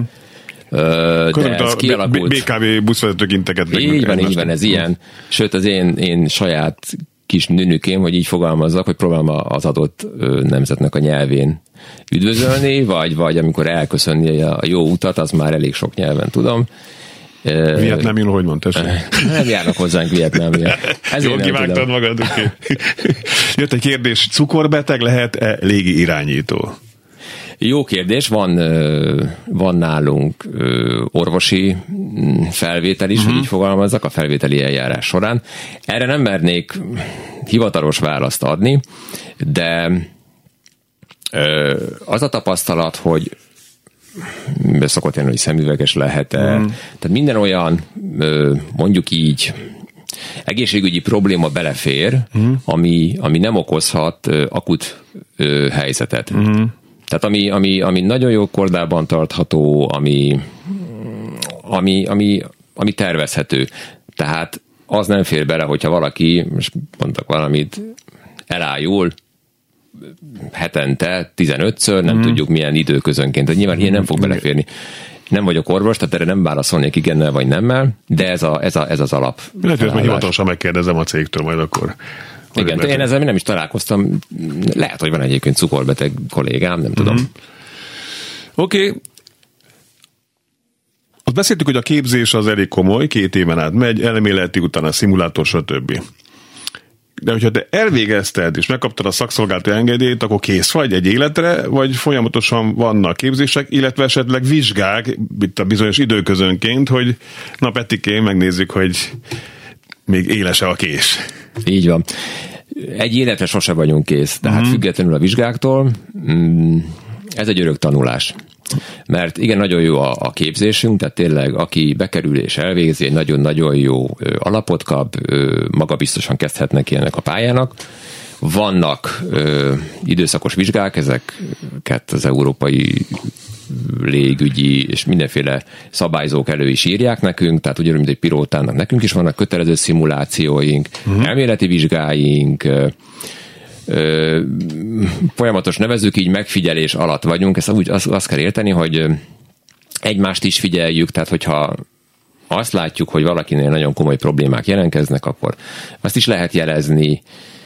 de ez kialakult. bé ká vé buszvezetők integet meg. Így van, így van, ez ilyen. Sőt, az én, én saját kis nünükém, hogy így fogalmazzak, hogy próbálom az adott nemzetnek a nyelvén üdvözölni, vagy, vagy amikor elköszönni a jó utat, az már elég sok nyelven tudom. Vietnámil, hogy mondtad? Nem járnak hozzánk vietnámil. Jól kivágtad magad, oké. Okay. Jött egy kérdés, cukorbeteg lehet-e légi irányító? Jó kérdés, van, van nálunk orvosi felvétel is, uh-huh. hogy így fogalmazzak, a felvételi eljárás során. Erre nem mernék hivatalos választ adni, de az a tapasztalat, hogy be szokott jönni, hogy szemüveges lehet-e. Uh-huh. Tehát minden olyan, mondjuk így, egészségügyi probléma belefér, uh-huh. ami, ami nem okozhat akut helyzetet. Uh-huh. Tehát ami, ami, ami nagyon jó kordában tartható, ami, ami, ami, ami tervezhető. Tehát az nem fér bele, hogyha valaki, most mondtak valamit, elájul hetente tizenötször, nem mm. tudjuk milyen időközönként. Tehát nyilván ilyen nem fog beleférni. Nem vagyok orvos, tehát erre nem válaszolnék igennel vagy nemmel, de ez, a, ez, a, ez az alap. Lehet, hogy majd hivatalosan megkérdezem a cégtől majd akkor. Igen, én ezzel nem is találkoztam. Lehet, hogy van egyébként cukorbeteg kollégám, nem tudom. Mm. Oké. Okay. Azt beszéltük, hogy a képzés az elég komoly, két éven át megy, elméleti, utána szimulátor, stb. De hogyha te elvégezted, és megkaptad a szakszolgálati engedélyt, akkor kész vagy egy életre, vagy folyamatosan vannak képzések, illetve esetleg vizsgák, itt a bizonyos időközönként, hogy na Petikém, megnézzük, hogy még éles a kés. Így van. Egy életre sose vagyunk kész, tehát uh-huh. függetlenül a vizsgáktól ez egy örök tanulás. Mert igen, nagyon jó a, a képzésünk, tehát tényleg aki bekerül és elvégzi, egy nagyon-nagyon jó alapot kap, magabiztosan kezdhetnek ilyenek a pályának. Vannak ö, időszakos vizsgák, ezeket az európai légügyi és mindenféle szabályzók elő is írják nekünk, tehát ugyanúgy, mint egy pilótának nekünk is vannak kötelező szimulációink, uh-huh. elméleti vizsgáink, ö, ö, folyamatos nevezzük így megfigyelés alatt vagyunk, ezt úgy azt, azt kell érteni, hogy egymást is figyeljük, tehát hogyha azt látjuk, hogy valakinél nagyon komoly problémák jelentkeznek, akkor azt is lehet jelezni,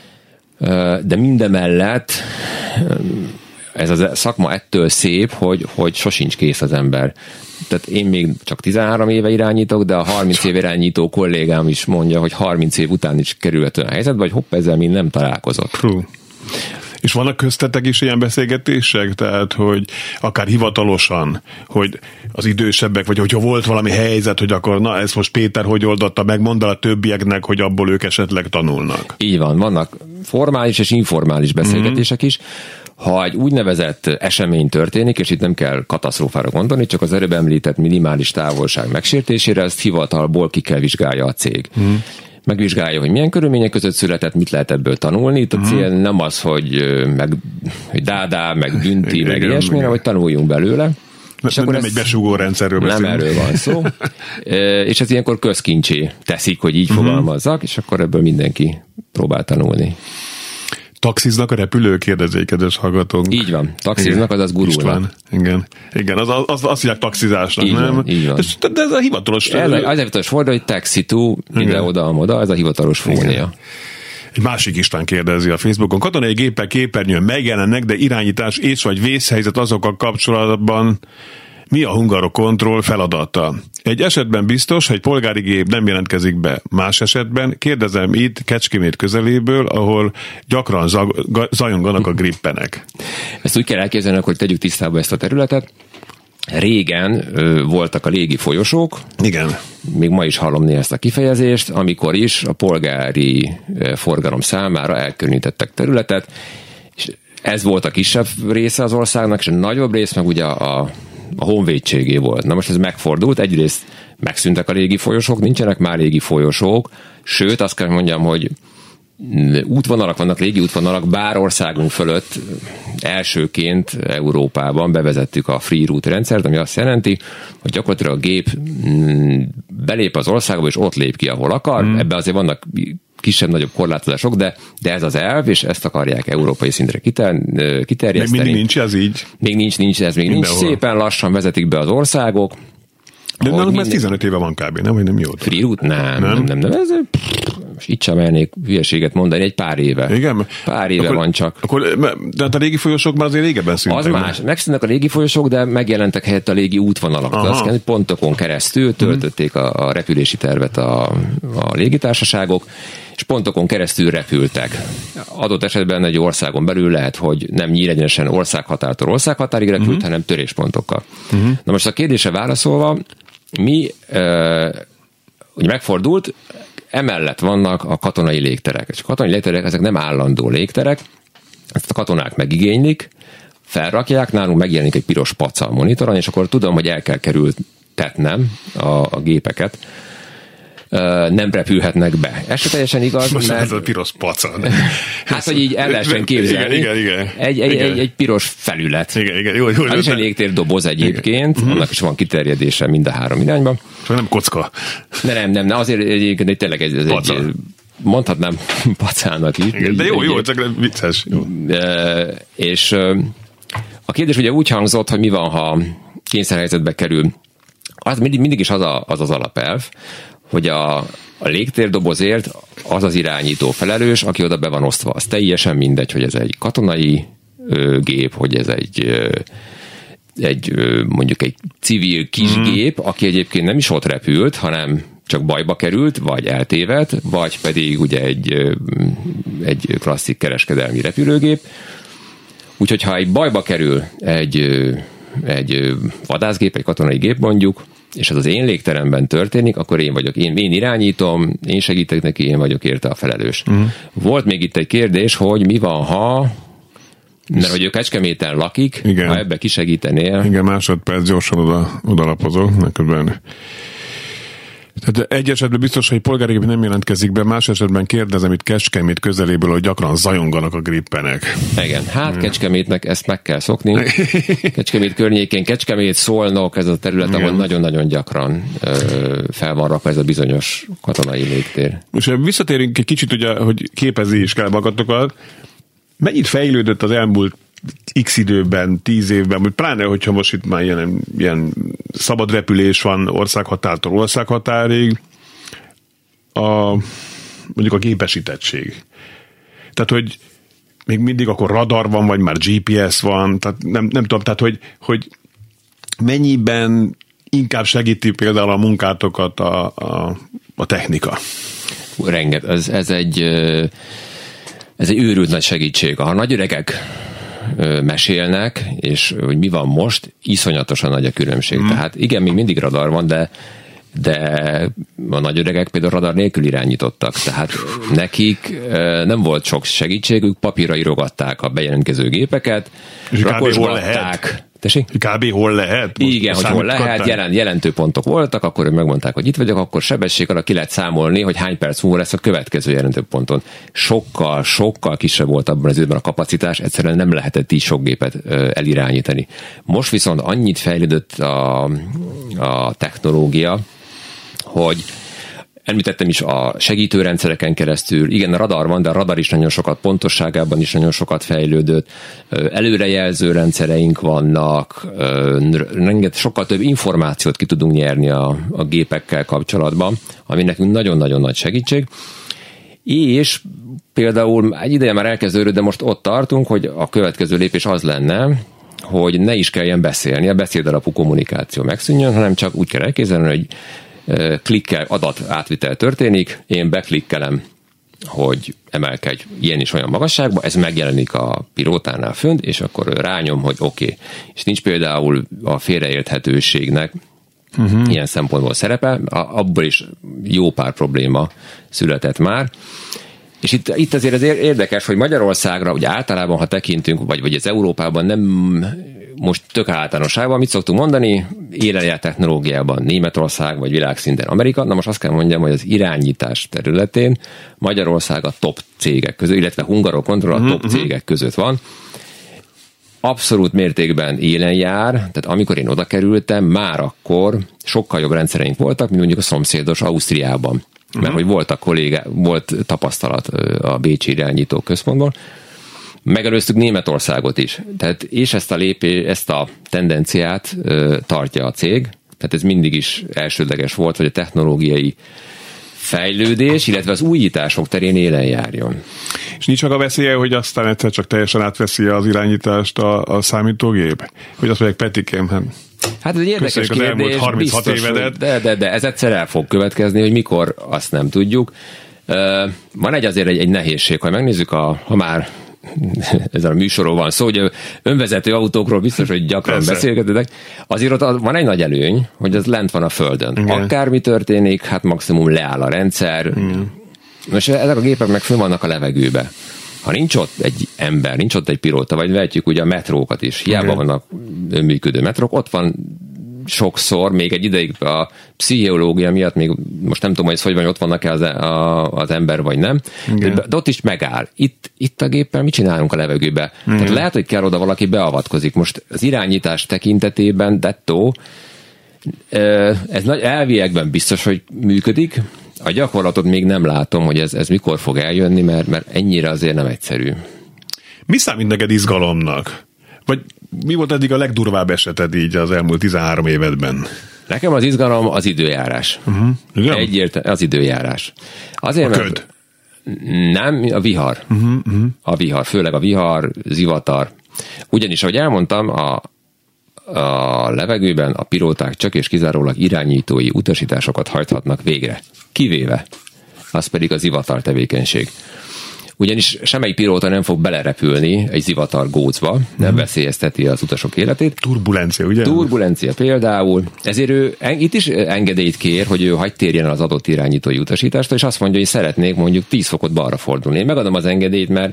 de mindemellett ez a szakma ettől szép, hogy, hogy sosincs kész az ember. Tehát én még csak tizenhárom éve irányítok, de a harminc év irányító kollégám is mondja, hogy harminc év után is kerülhet olyan helyzetbe, hogy hopp, ezzel még nem találkozott. Hú. És vannak köztetek is ilyen beszélgetések, tehát, hogy akár hivatalosan, hogy az idősebbek, vagy hogyha volt valami helyzet, hogy akkor na, ezt most Péter hogy oldotta meg, mondd el a többieknek, hogy abból ők esetleg tanulnak. Így van, vannak formális és informális beszélgetések mm-hmm. is. Ha egy úgynevezett esemény történik, és itt nem kell katasztrófára gondolni, csak az előbb említett minimális távolság megsértésére, ezt hivatalból ki kell vizsgálja a cég. Mm. Megvizsgálja, hogy milyen körülmények között született, mit lehet ebből tanulni. Itt a cél mm. nem az, hogy, meg, hogy dádá, meg bünti, meg ilyesmi, hanem hogy tanuljunk belőle. És akkor nem egy besugó rendszerről beszélünk. Nem erről van szó. És ez ilyenkor közkincsé teszik, hogy így mm. fogalmazzak, és akkor ebből mindenki próbál tanulni. Taxiznak a repülő, kérdezik, kedves hallgatónk. Így van, taxiznak, azaz gurulnak. István. Igen, igen, az, az, az azt hívják taxizásnak, így nem? Van, így van. De, de ez a hivatalos... Ez a, az a hivatalos fordul, hogy taxi to, ide-oda-amoda, ez a hivatalos fónia. Egy másik István kérdezi a Facebookon. Katonai gépek képernyőn megjelennek, de irányítás és vagy vészhelyzet azokkal kapcsolatban mi a Hungarocontrol feladata? Egy esetben biztos, hogy polgári gép nem jelentkezik be. Más esetben kérdezem itt Kecskemét közeléből, ahol gyakran zag- zajonganak a grippenek. Ezt úgy kell elképzelni, hogy tegyük tisztába ezt a területet. Régen ö, voltak a légi folyosók. Igen. Még ma is hallom ezt a kifejezést, amikor is a polgári ö, forgalom számára elkülönítettek területet, és ez volt a kisebb része az országnak, és a nagyobb rész meg ugye a a honvédségé volt. Na most ez megfordult, egyrészt megszűntek a légi folyosók, nincsenek már légi folyosók, sőt azt kell mondjam, hogy útvonalak vannak, légi útvonalak, bár országunk fölött elsőként Európában bevezettük a free route rendszert, ami azt jelenti, hogy gyakorlatilag a gép belép az országba, és ott lép ki, ahol akar. Mm. Ebben azért vannak kisebb-nagyobb korlátozások, de, de ez az elv, és ezt akarják európai szintre kiter, kiterjeszteni. Még mindig nincs ez így? Még nincs, nincs, ez még Mindenhol. nincs. Szépen lassan vezetik be az országok. De nálunk minden... már tizenöt éve van kb. Nem, hogy nem jó. Free route? Nem, nem, nem. nem, nem. Ez, most itt sem elnék hülyeséget mondani, egy pár éve. Igen? Pár éve akkor, van csak. Akkor, de hát a légi folyosók már azért régebben szűntek. Az más. Megszűnnek a légi folyosók, de megjelentek helyett a légi útvonalak. Azt kell, hogy pontokon keresztül töltötték a, a repülési tervet a, a légitársaságok, és pontokon keresztül repültek. Adott esetben egy országon belül lehet, hogy nem nyílegyenesen országhatártól országhatárig repült, uh-huh. hanem töréspontokkal. Uh-huh. Na most a kérdésre válaszolva, mi uh, ugye megfordult, emellett vannak a katonai légterek. És a katonai légterek, ezek nem állandó légterek, ezt a katonák megigénylik, felrakják, nálunk megjelenik egy piros paca a monitoron, és akkor tudom, hogy el kell kerültetnem a, a gépeket. Uh, nem repülhetnek be. Ez se teljesen igaz, most mert... ez a piros paca. Hát, hogy így el lehessen képzelni. Igen, igen, igen. Egy, egy, igen. egy, egy piros felület. Igen, igen. Jó, jó, hát is egy légtérdoboz egyébként, igen. Annak is van kiterjedése mind a három irányba. Csak nem kocka. De nem, nem, nem azért egyébként tényleg ez, ez egy, mondhatnám pacának is. Igen, de jó, jó, csak vicces. Jó. De, és a kérdés ugye úgy hangzott, hogy mi van, ha kényszerhelyzetbe kerül. Az mindig, mindig is az, a, az az alapelv, hogy a, a légtérdobozért az az irányító felelős, aki oda be van osztva. Az teljesen mindegy, hogy ez egy katonai ö, gép, hogy ez egy, ö, egy ö, mondjuk egy civil kis mm. gép, aki egyébként nem is ott repült, hanem csak bajba került, vagy eltévedt, vagy pedig ugye egy, ö, egy klasszik kereskedelmi repülőgép. Úgyhogy ha egy bajba kerül egy, ö, egy vadászgép, egy katonai gép mondjuk, és ez az én légteremben történik, akkor én vagyok. Én, én irányítom, én segítek neki, én vagyok érte a felelős. Uh-huh. Volt még itt egy kérdés, hogy mi van, ha mert hogy ő Kecskeméten lakik, igen. Ha ebbe kisegítenél. Igen, másodperc, gyorsan oda, odalapozok, neközben. Tehát egy esetben biztos, hogy polgári nem jelentkezik be, más esetben kérdezem itt Kecskemét közeléből, hogy gyakran zajonganak a grippenek. Igen, hát Kecskemétnek ezt meg kell szokni. Kecskemét környékén, Kecskemét, Szolnok, ez a terület, igen. ahol nagyon-nagyon gyakran ö, fel van rakva ez a bizonyos katonai légtér. És visszatérünk egy kicsit, ugye, hogy képezni is kell magatokat. Mennyit fejlődött az elmúlt x időben, tíz évben, vagy pláne, hogyha most itt már ilyen, ilyen szabad repülés van országhatártól országhatárig, a, mondjuk a gépesítettség. Tehát, hogy még mindig akkor radar van, vagy már gé pé es van, tehát nem, nem tudom, tehát, hogy, hogy mennyiben inkább segíti például a munkátokat a, a, a technika. Renget, ez, ez egy ez egy őrült nagy segítség. Ha nagy öregek mesélnek, és hogy mi van most, iszonyatosan nagy a különbség. Hmm. Tehát igen, még mindig radar van, de de a nagy öregek például radar nélkül irányítottak, tehát nekik nem volt sok segítségük, papírra írogatták a bejelentkező gépeket, rakosgatták. Tessék? Kb. Hol lehet? Most igen, hogy hol lehet, jelen, jelentő pontok voltak, akkor ők megmondták, hogy itt vagyok, akkor sebesség arra ki lehet számolni, hogy hány perc múlva lesz a következő jelentő ponton. Sokkal, sokkal kisebb volt abban az időben a kapacitás, egyszerűen nem lehetett így sok gépet elirányítani. Most viszont annyit fejlődött a, a technológia, hogy említettem is a segítőrendszereken keresztül, igen, a radar van, de a radar is nagyon sokat, pontosságában is nagyon sokat fejlődött, előrejelző rendszereink vannak, sokkal több információt ki tudunk nyerni a, a gépekkel kapcsolatban, ami nekünk nagyon-nagyon nagy segítség, és például egy ideje már elkezdődött, de most ott tartunk, hogy a következő lépés az lenne, hogy ne is kelljen beszélni, a beszédalapú kommunikáció megszűnjön, hanem csak úgy kell elképzelni, hogy klikkel adat átvitel történik, én beklikkelem, hogy emelkedj ilyen is olyan magasságba, ez megjelenik a pilótánál fönt, és akkor rányom, hogy oké. Okay. És nincs például a félreérthetőségnek uh-huh. ilyen szempontból szerepe, abból is jó pár probléma született már. És itt, itt azért az érdekes, hogy Magyarországra, ugye általában, ha tekintünk, vagy, vagy az Európában nem most tök általánosságban, mit szoktunk mondani, élen technológiában Németország, vagy világszinten Amerika, na most azt kell mondjam, hogy az irányítás területén Magyarország a top cégek között, illetve Hungarocontrol a top uh-huh. cégek között van. Abszolút mértékben élen jár, tehát amikor én oda kerültem, már akkor sokkal jobb rendszereink voltak, mint mondjuk a szomszédos Ausztriában. Mert uh-huh. hogy voltak kollégá, volt tapasztalat a bécsi irányító központból, megelőztük Németországot is. Tehát, és ezt a lépé, ezt a tendenciát ö, tartja a cég, tehát ez mindig is elsődleges volt, hogy a technológiai fejlődés, illetve az újítások terén élen járjon. És nincs meg a veszélye, hogy aztán egyszer csak teljesen átveszi az irányítást a, a számítógép? Hogy azt mondják, Petikém, hát Hát ez egy érdekes kérdés, harminchat biztos, évedet. De, de, de ez egyszer el fog következni, hogy mikor, azt nem tudjuk. Uh, van egy azért egy, egy nehézség, ha megnézzük, a, ha már ezen a műsorról van szó, hogy önvezető autókról biztos, hogy gyakran beszélgetetek, azért ott van egy nagy előny, hogy az lent van a földön. Igen. Akármi történik, hát maximum leáll a rendszer. Igen. Most ezek a gépek meg fönn vannak a levegőbe. Ha nincs ott egy ember, nincs ott egy pilóta, vagy vehetjük ugye a metrókat is, hiába okay. vannak önműködő metrók, ott van sokszor, még egy ideig a pszichológia miatt, még most nem tudom, hogy ez hogy van, ott vannak-e az, a, az ember, vagy nem, de, de ott is megáll. Itt, itt a géppel mit csinálunk a levegőbe? Igen. Tehát lehet, hogy kell oda valaki beavatkozik. Most az irányítás tekintetében, dettó, ez nagy elviekben biztos, hogy működik, a gyakorlatot még nem látom, hogy ez, ez mikor fog eljönni, mert, mert ennyire azért nem egyszerű. Mi számít neked izgalomnak? Vagy mi volt eddig a legdurvább eseted így az elmúlt tizenhárom évedben? Nekem az izgalom az időjárás. Uh-huh. Egyértelmű az időjárás. Azért, a köd? Nem, a vihar. Uh-huh, uh-huh. A vihar, főleg a vihar, zivatar. Ugyanis, ahogy elmondtam, a, a levegőben a pilóták csak és kizárólag irányítói utasításokat hajthatnak végre. Kivéve. Az pedig a zivatar tevékenység. ugyanis semmelyik pilóta nem fog belerepülni egy zivatar gócba, nem hmm. veszélyezteti az utasok életét. Turbulencia, ugye? Turbulencia például. Ezért ő itt is engedélyt kér, hogy ő hagy térjen az adott irányítói utasítástól, és azt mondja, hogy szeretnék mondjuk tíz fokot balra fordulni. Én megadom az engedélyt, mert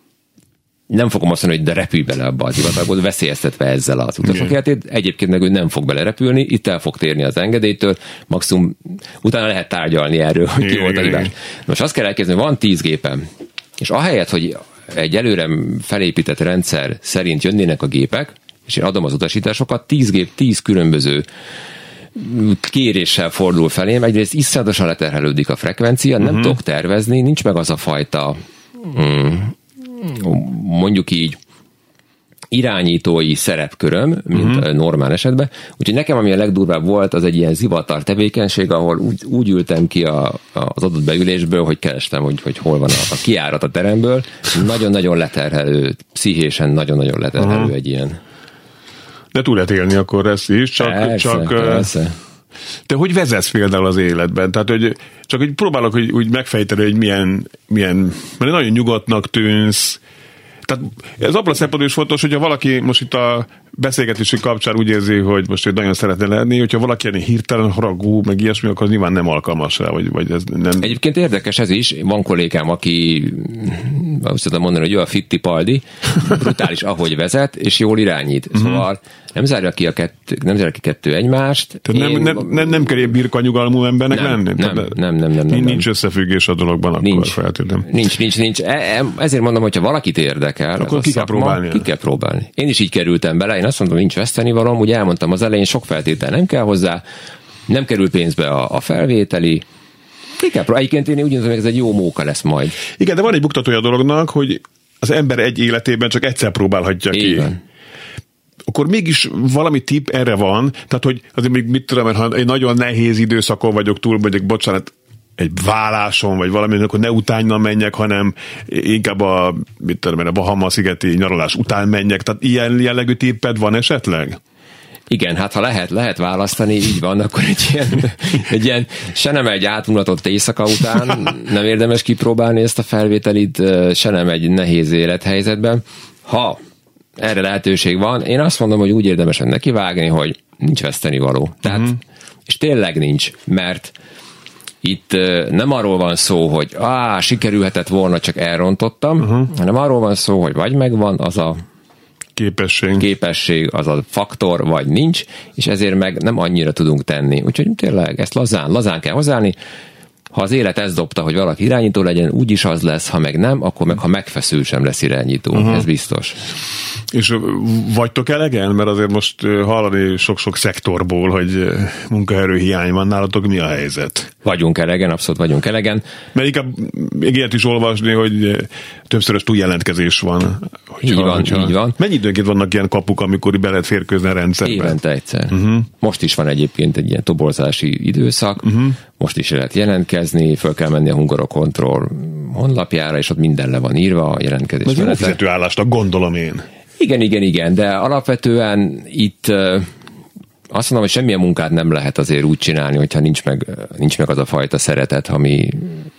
nem fogom azt mondani, hogy de repülj bele abba a zivatarba, veszélyeztetve ezzel az utasok életét. Egyébként meg ő nem fog belerepülni, itt el fog térni az engedélytől, maximum utána lehet tárgyalni erről, hogy ki volt a hibás. Most azt kell elképzelni, van tíz gépem, és ahelyett, hogy egy előre felépített rendszer szerint jönnének a gépek, és én adom az utasításokat, tíz gép, tíz különböző kéréssel fordul felém, egyrészt iszonyatosan leterhelődik a frekvencia, uh-huh. nem tudok tervezni, nincs meg az a fajta hmm, mondjuk így irányítói szerepköröm, mint uh-huh. normál esetben. Úgyhogy nekem, ami a legdurvább volt, az egy ilyen zivatar tevékenység, ahol úgy, úgy ültem ki a, a, az adott beülésből, hogy kerestem, hogy, hogy hol van a, a kijárat a teremből. Nagyon-nagyon leterhelő, pszichésen nagyon-nagyon leterhelő uh-huh. egy ilyen. De túl lehet élni akkor ezt is, csak... Persze, csak persze. Te hogy vezetsz például az életben? Tehát, hogy csak hogy próbálok hogy úgy megfejteni, hogy milyen, milyen, mert nagyon nyugodtnak tűnsz. Tehát ez abban a szempontból is fontos, hogyha valaki most itt a beszélgetési kapcsán úgy érzi, hogy most ő nagyon szeretne lenni, hogyha valaki ilyen hirtelen haragú, meg ilyesmi, akkor nyilván nem alkalmas rá, vagy, vagy ez nem... Egyébként érdekes ez is, van kollégám, aki azt tudom mondani, hogy ő a Fitti Paldi, brutális, ahogy vezet, és jól irányít. Uh-huh. Szóval nem zárja ki a kettő, nem zárja ki kettő egymást. Tehát én... nem, nem, nem, nem kell ilyen birka nyugalmú embernek nem, lenni? Nem, nem, nem, nem, nem, nem. Nincs összefüggés a dologban, akkor nincs, feltétlenül. Nincs, nincs, nincs. Ezért mondom, hogyha valakit érdekel, akkor ki kell szakma, próbálni. Ki kell próbálni. Én is így kerültem bele, én azt mondom, nincs vesztenivalom, ugye elmondtam az elején, sok feltétel nem kell hozzá, nem kerül pénzbe a, a felvételi, ki kell próbálni. Egyébként én úgy gondolom, hogy ez egy jó móka lesz majd. Igen, de van egy buktatója a dolognak, hogy az ember egy életében csak egyszer próbálhatja így ki. Van. Akkor mégis valami tipp erre van, tehát hogy azért még mit tudom, ha egy nagyon nehéz időszakon vagyok túl, mondjuk, bocsánat, egy válláson, vagy valami, akkor ne utánna menjek, hanem inkább a, mit tudom, a Bahama-szigeti nyaralás után menjek. Tehát ilyen jellegű tipped van esetleg? Igen, hát ha lehet, lehet választani, így van, akkor egy ilyen, egy ilyen se nem egy átmulatott éjszaka után nem érdemes kipróbálni ezt a felvételit, se nem egy nehéz élethelyzetben. Ha erre lehetőség van, én azt mondom, hogy úgy érdemes nekivágni, hogy nincs vesztenivaló. Tehát, uh-huh. és tényleg nincs, mert itt nem arról van szó, hogy á, sikerülhetett volna, csak elrontottam, uh-huh. hanem arról van szó, hogy vagy megvan az a képesség. képesség, az a faktor, vagy nincs, és ezért meg nem annyira tudunk tenni. Úgyhogy tényleg ezt lazán, lazán kell hozzáállni. Ha az élet ezt dobta, hogy valaki irányító legyen, úgyis az lesz, ha meg nem, akkor meg ha megfeszül sem lesz irányító. Uh-huh. Ez biztos. És vagytok elegen? Mert azért most hallani sok-sok szektorból, hogy munkaerőhiány van nálatok, mi a helyzet? Vagyunk elegen, abszolút vagyunk elegen. Mert inkább még ilyet is olvasni, hogy többszörös túljelentkezés van. Hogyha, így van, hogyha... így van. Mennyi időnként vannak ilyen kapuk, amikor be lehet férkőzni a rendszerben? Évente egyszer. Uh-huh. Most is van egyébként egy ilyen toborzási időszak, uh-huh. most is lehet jelentkezni, föl kell menni a Hungarokontroll honlapjára, és ott minden le van írva, a jelentkezés. Ez jó fizetőállásnak, gondolom én. Igen, igen, igen, de alapvetően itt azt mondom, hogy semmilyen munkát nem lehet azért úgy csinálni, hogyha nincs meg, nincs meg az a fajta szeretet, ami,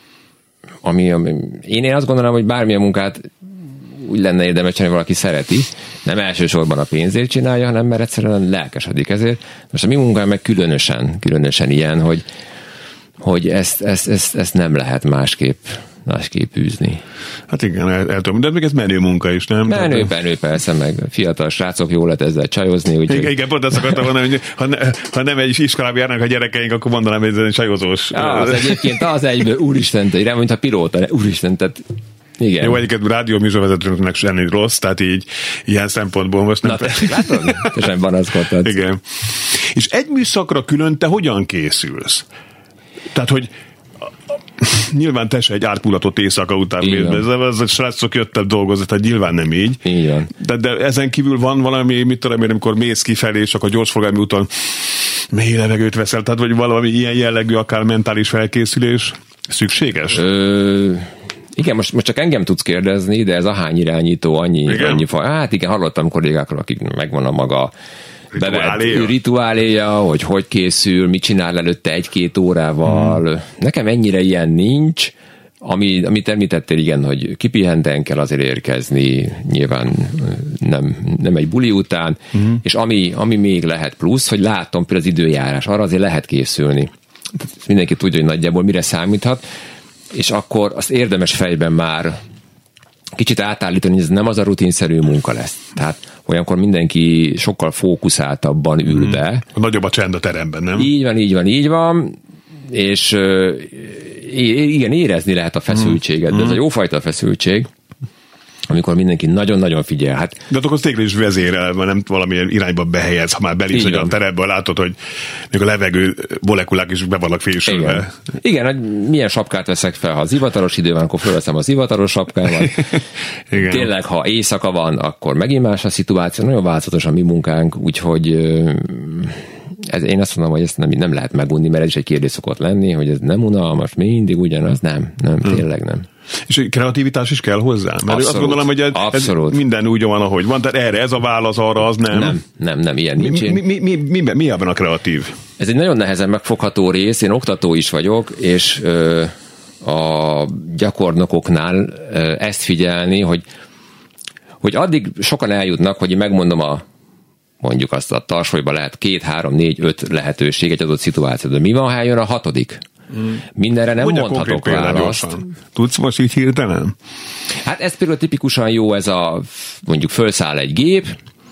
ami, ami én, én azt gondolom, hogy bármilyen munkát úgy lenne érdemes csinálni, valaki szereti, nem elsősorban a pénzért csinálja, hanem mert egyszerűen lelkesedik ezért. Most a mi munkám meg különösen, különösen ilyen, hogy, hogy ezt, ezt, ezt, ezt nem lehet másképp másképp űzni. Hát igen, el, el tudom, de még ez menő munka is, nem? Menő, menő persze, meg fiatal srácok, jól lehet ezzel csajozni. Úgy, igen, igen, pont azt akartam mondani, hogy ha, ne, ha nem egy iskolába járnak a gyerekeink, akkor mondanám, hogy ez egy csajozós. Ah, az egyébként az egyből, úristen, rá, mint a pilóta, úristen, tehát igen. Jó, egyiket rádió műsorvezetőnek semmi rossz, tehát így ilyen szempontból most nem... Na tessék, látod? Te sem panaszkodtad. Igen. És egy műszakra külön te hogyan készülsz? Tehát, hogy nyilván te se egy átmulatott éjszaka után mész be. Ez a srácok jöttek dolgozni, tehát nyilván nem így. Így van. De, de ezen kívül van valami, mit tudom én, amikor mész kifelé, és akkor gyorsforgalmi úton mély levegőt veszel, tehát vagy valami ilyen jellegű, akár mentális felkészülés szükséges? Ö... Igen, most, most csak engem tudsz kérdezni, de ez ahány irányító, annyi, annyi faj. Hát igen, hallottam kollégákról, akik megvan a maga rituáléja. rituáléja, hogy hogy készül, mit csinál előtte egy-két órával. Hmm. Nekem ennyire ilyen nincs. Ami, amit említettél, igen, hogy kipihenten kell azért érkezni, nyilván nem, nem egy buli után, uh-huh. és ami, ami még lehet plusz, hogy látom például az időjárás, arra azért lehet készülni. Mindenki tudja, hogy nagyjából mire számíthat, és akkor azt érdemes fejben már kicsit átállítani, hogy ez nem az a rutinszerű munka lesz. Tehát olyankor mindenki sokkal fókuszáltabban ül hmm. be. Nagyobb a csend a teremben, nem? Így van, így van, így van, és igen, érezni lehet a feszültséget, de ez a jófajta feszültség, amikor mindenki nagyon-nagyon figyel. Hát, de akkor az téged is vezérel, mert nem valamilyen irányba behelyez, ha már belépsz egy olyan teremből, látod, hogy még a levegő molekulák is be vannak fésülve. Igen, Igen, hogy milyen sapkát veszek fel, ha az hivatalos idő van, akkor fölveszem az hivatalos sapkámat. Igen. Tényleg, ha éjszaka van, akkor megint más a szituáció. Nagyon változatos a mi munkánk, úgyhogy ez, én azt mondom, hogy ezt nem, nem lehet megunni, mert ez is egy kérdés szokott lenni, hogy ez nem unalmas, mindig ugyanaz, nem, nem, hmm. tényleg nem. És kreativitás is kell hozzá? Mert abszolút, azt gondolom, hogy ez, ez minden úgy van, ahogy van, tehát erre ez a válasz, arra az nem. Nem, nem, nem, ilyen nincs. Mi, mi, mi, mi, mi, mi ebben a kreatív? Ez egy nagyon nehezen megfogható rész, én oktató is vagyok, és ö, a gyakornokoknál ö, ezt figyelni, hogy, hogy addig sokan eljutnak, hogy én megmondom a mondjuk azt a tarsolyban lehet két, három, négy, öt lehetőség egy adott szituációban. Mi van, ha eljön a hatodik? Hmm. Mindenre nem Ugyan mondhatok választ. Tudsz most így hirtelen? Hát ez például tipikusan jó, ez a mondjuk fölszáll egy gép,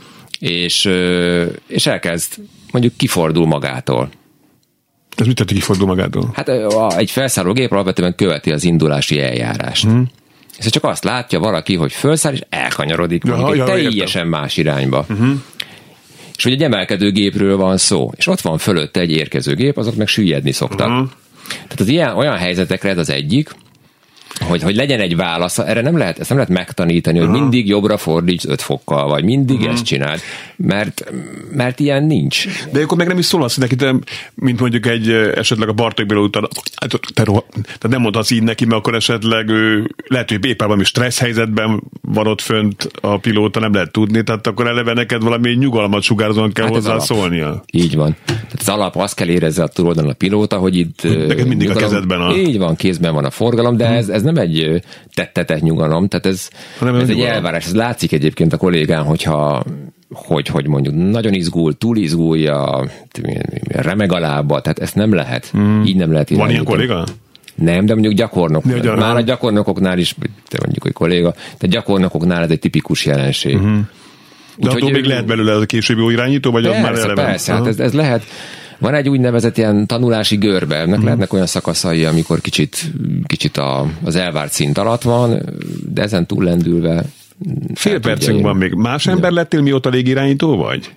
és, és elkezd mondjuk kifordul magától. Ez mit tett, kifordul magától? Hát egy felszálló gép alapvetően követi az indulási eljárást. Hmm. És csak azt látja valaki, hogy fölszáll, és elkanyarodik ja, mondjuk ja, egy teljesen értem. más irányba. Uh-huh. És hogy egy emelkedő gépről van szó, és ott van fölötte egy érkező gép, azok meg süllyedni szoktak. Uh-huh. Tehát az ilyen, olyan helyzetekre ez az egyik, hogy, hogy legyen egy válasz, erre nem lehet, ezt nem lehet megtanítani, uh-huh. hogy mindig jobbra fordíts öt fokkal, vagy mindig uh-huh. ezt csináld, mert, mert ilyen nincs. De akkor meg nem is szólhatsz neki, mint mondjuk egy esetleg a Bartók Béla után, tehát nem mondhatsz így neki, mert akkor esetleg ő, lehet, hogy éppen valami stressz helyzetben van ott fönt a pilóta, nem lehet tudni, tehát akkor eleve neked valami nyugalmat sugárzóan kell hát hozzá szólnia. Így van. Tehát az alap, azt kell érezze a túloldalon a pilóta, hogy itt neked mindig nyugalom, a kezedben a... Így van, kézben van a forgalom, de hmm. ez, ez nem egy tettetett nyugalom, tehát ez, ez egy elvárás. Ez látszik egyébként a kollégán, hogyha hogy, hogy mondjuk nagyon izgul, túl izgulja, remeg a lába, tehát ezt nem lehet. Hmm. Így nem lehet irányítani. Van ilyen kolléga? Nem, de mondjuk gyakornok. Ja, már a gyakornokoknál is, te mondjuk, hogy kolléga, de gyakornokoknál ez egy tipikus jelenség. Uh-huh. De attól még lehet belőle ez a későbbi jó irányító, vagy persze, az már eleve? Persze, hát ez, ez lehet. Van egy úgynevezett ilyen tanulási görbe, ennek uh-huh. lehetnek olyan szakaszai, amikor kicsit, kicsit a, az elvárt szint alatt van, de ezen túl lendülve. Fél percünk van még. Más ember lettél, mióta légirányító vagy?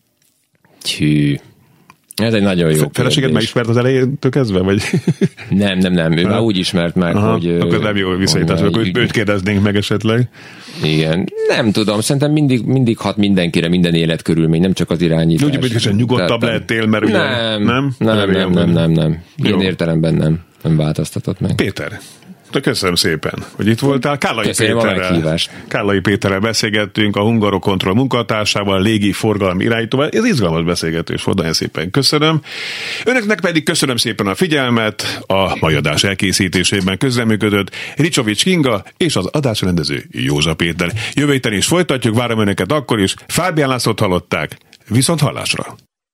Hű. Ez egy nagyon jó feleséged már ismert az elejétől kezdve, vagy? Nem, nem, nem. Ő már úgy ismert meg, aha, hogy... Akkor nem jó viszonyítás, akkor ügy... őt kérdeznénk meg esetleg. Igen. Nem tudom, szerintem mindig, mindig hat mindenkire, minden életkörülmény, nem csak az irányítás. Úgy, hogy nyugodtabb lettél, mert ugye... Nem, nem, nem, nem, nem, nem, nem. Ilyen értelemben nem, nem változtatott meg. Péter, de köszönöm szépen, hogy itt voltál. Kállai Péterrel, Kállai Péterrel beszélgettünk, a Hungarocontrol munkatársával, légi forgalmi irányítóval. Ez izgalmas beszélgetés volt, nagyon szépen köszönöm. Önöknek pedig köszönöm szépen a figyelmet. A mai adás elkészítésében közreműködött Ricsovics Kinga és az adásrendező Józsa Péter. Jövő héten is folytatjuk, várom önöket akkor is. Fábián Lászlót hallották, viszont hallásra.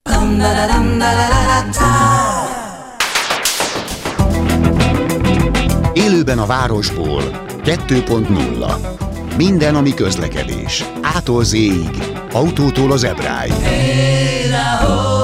Élőben a városból kettő pont nulla. Minden, ami közlekedés. Ától zéig, autótól az Ebráig.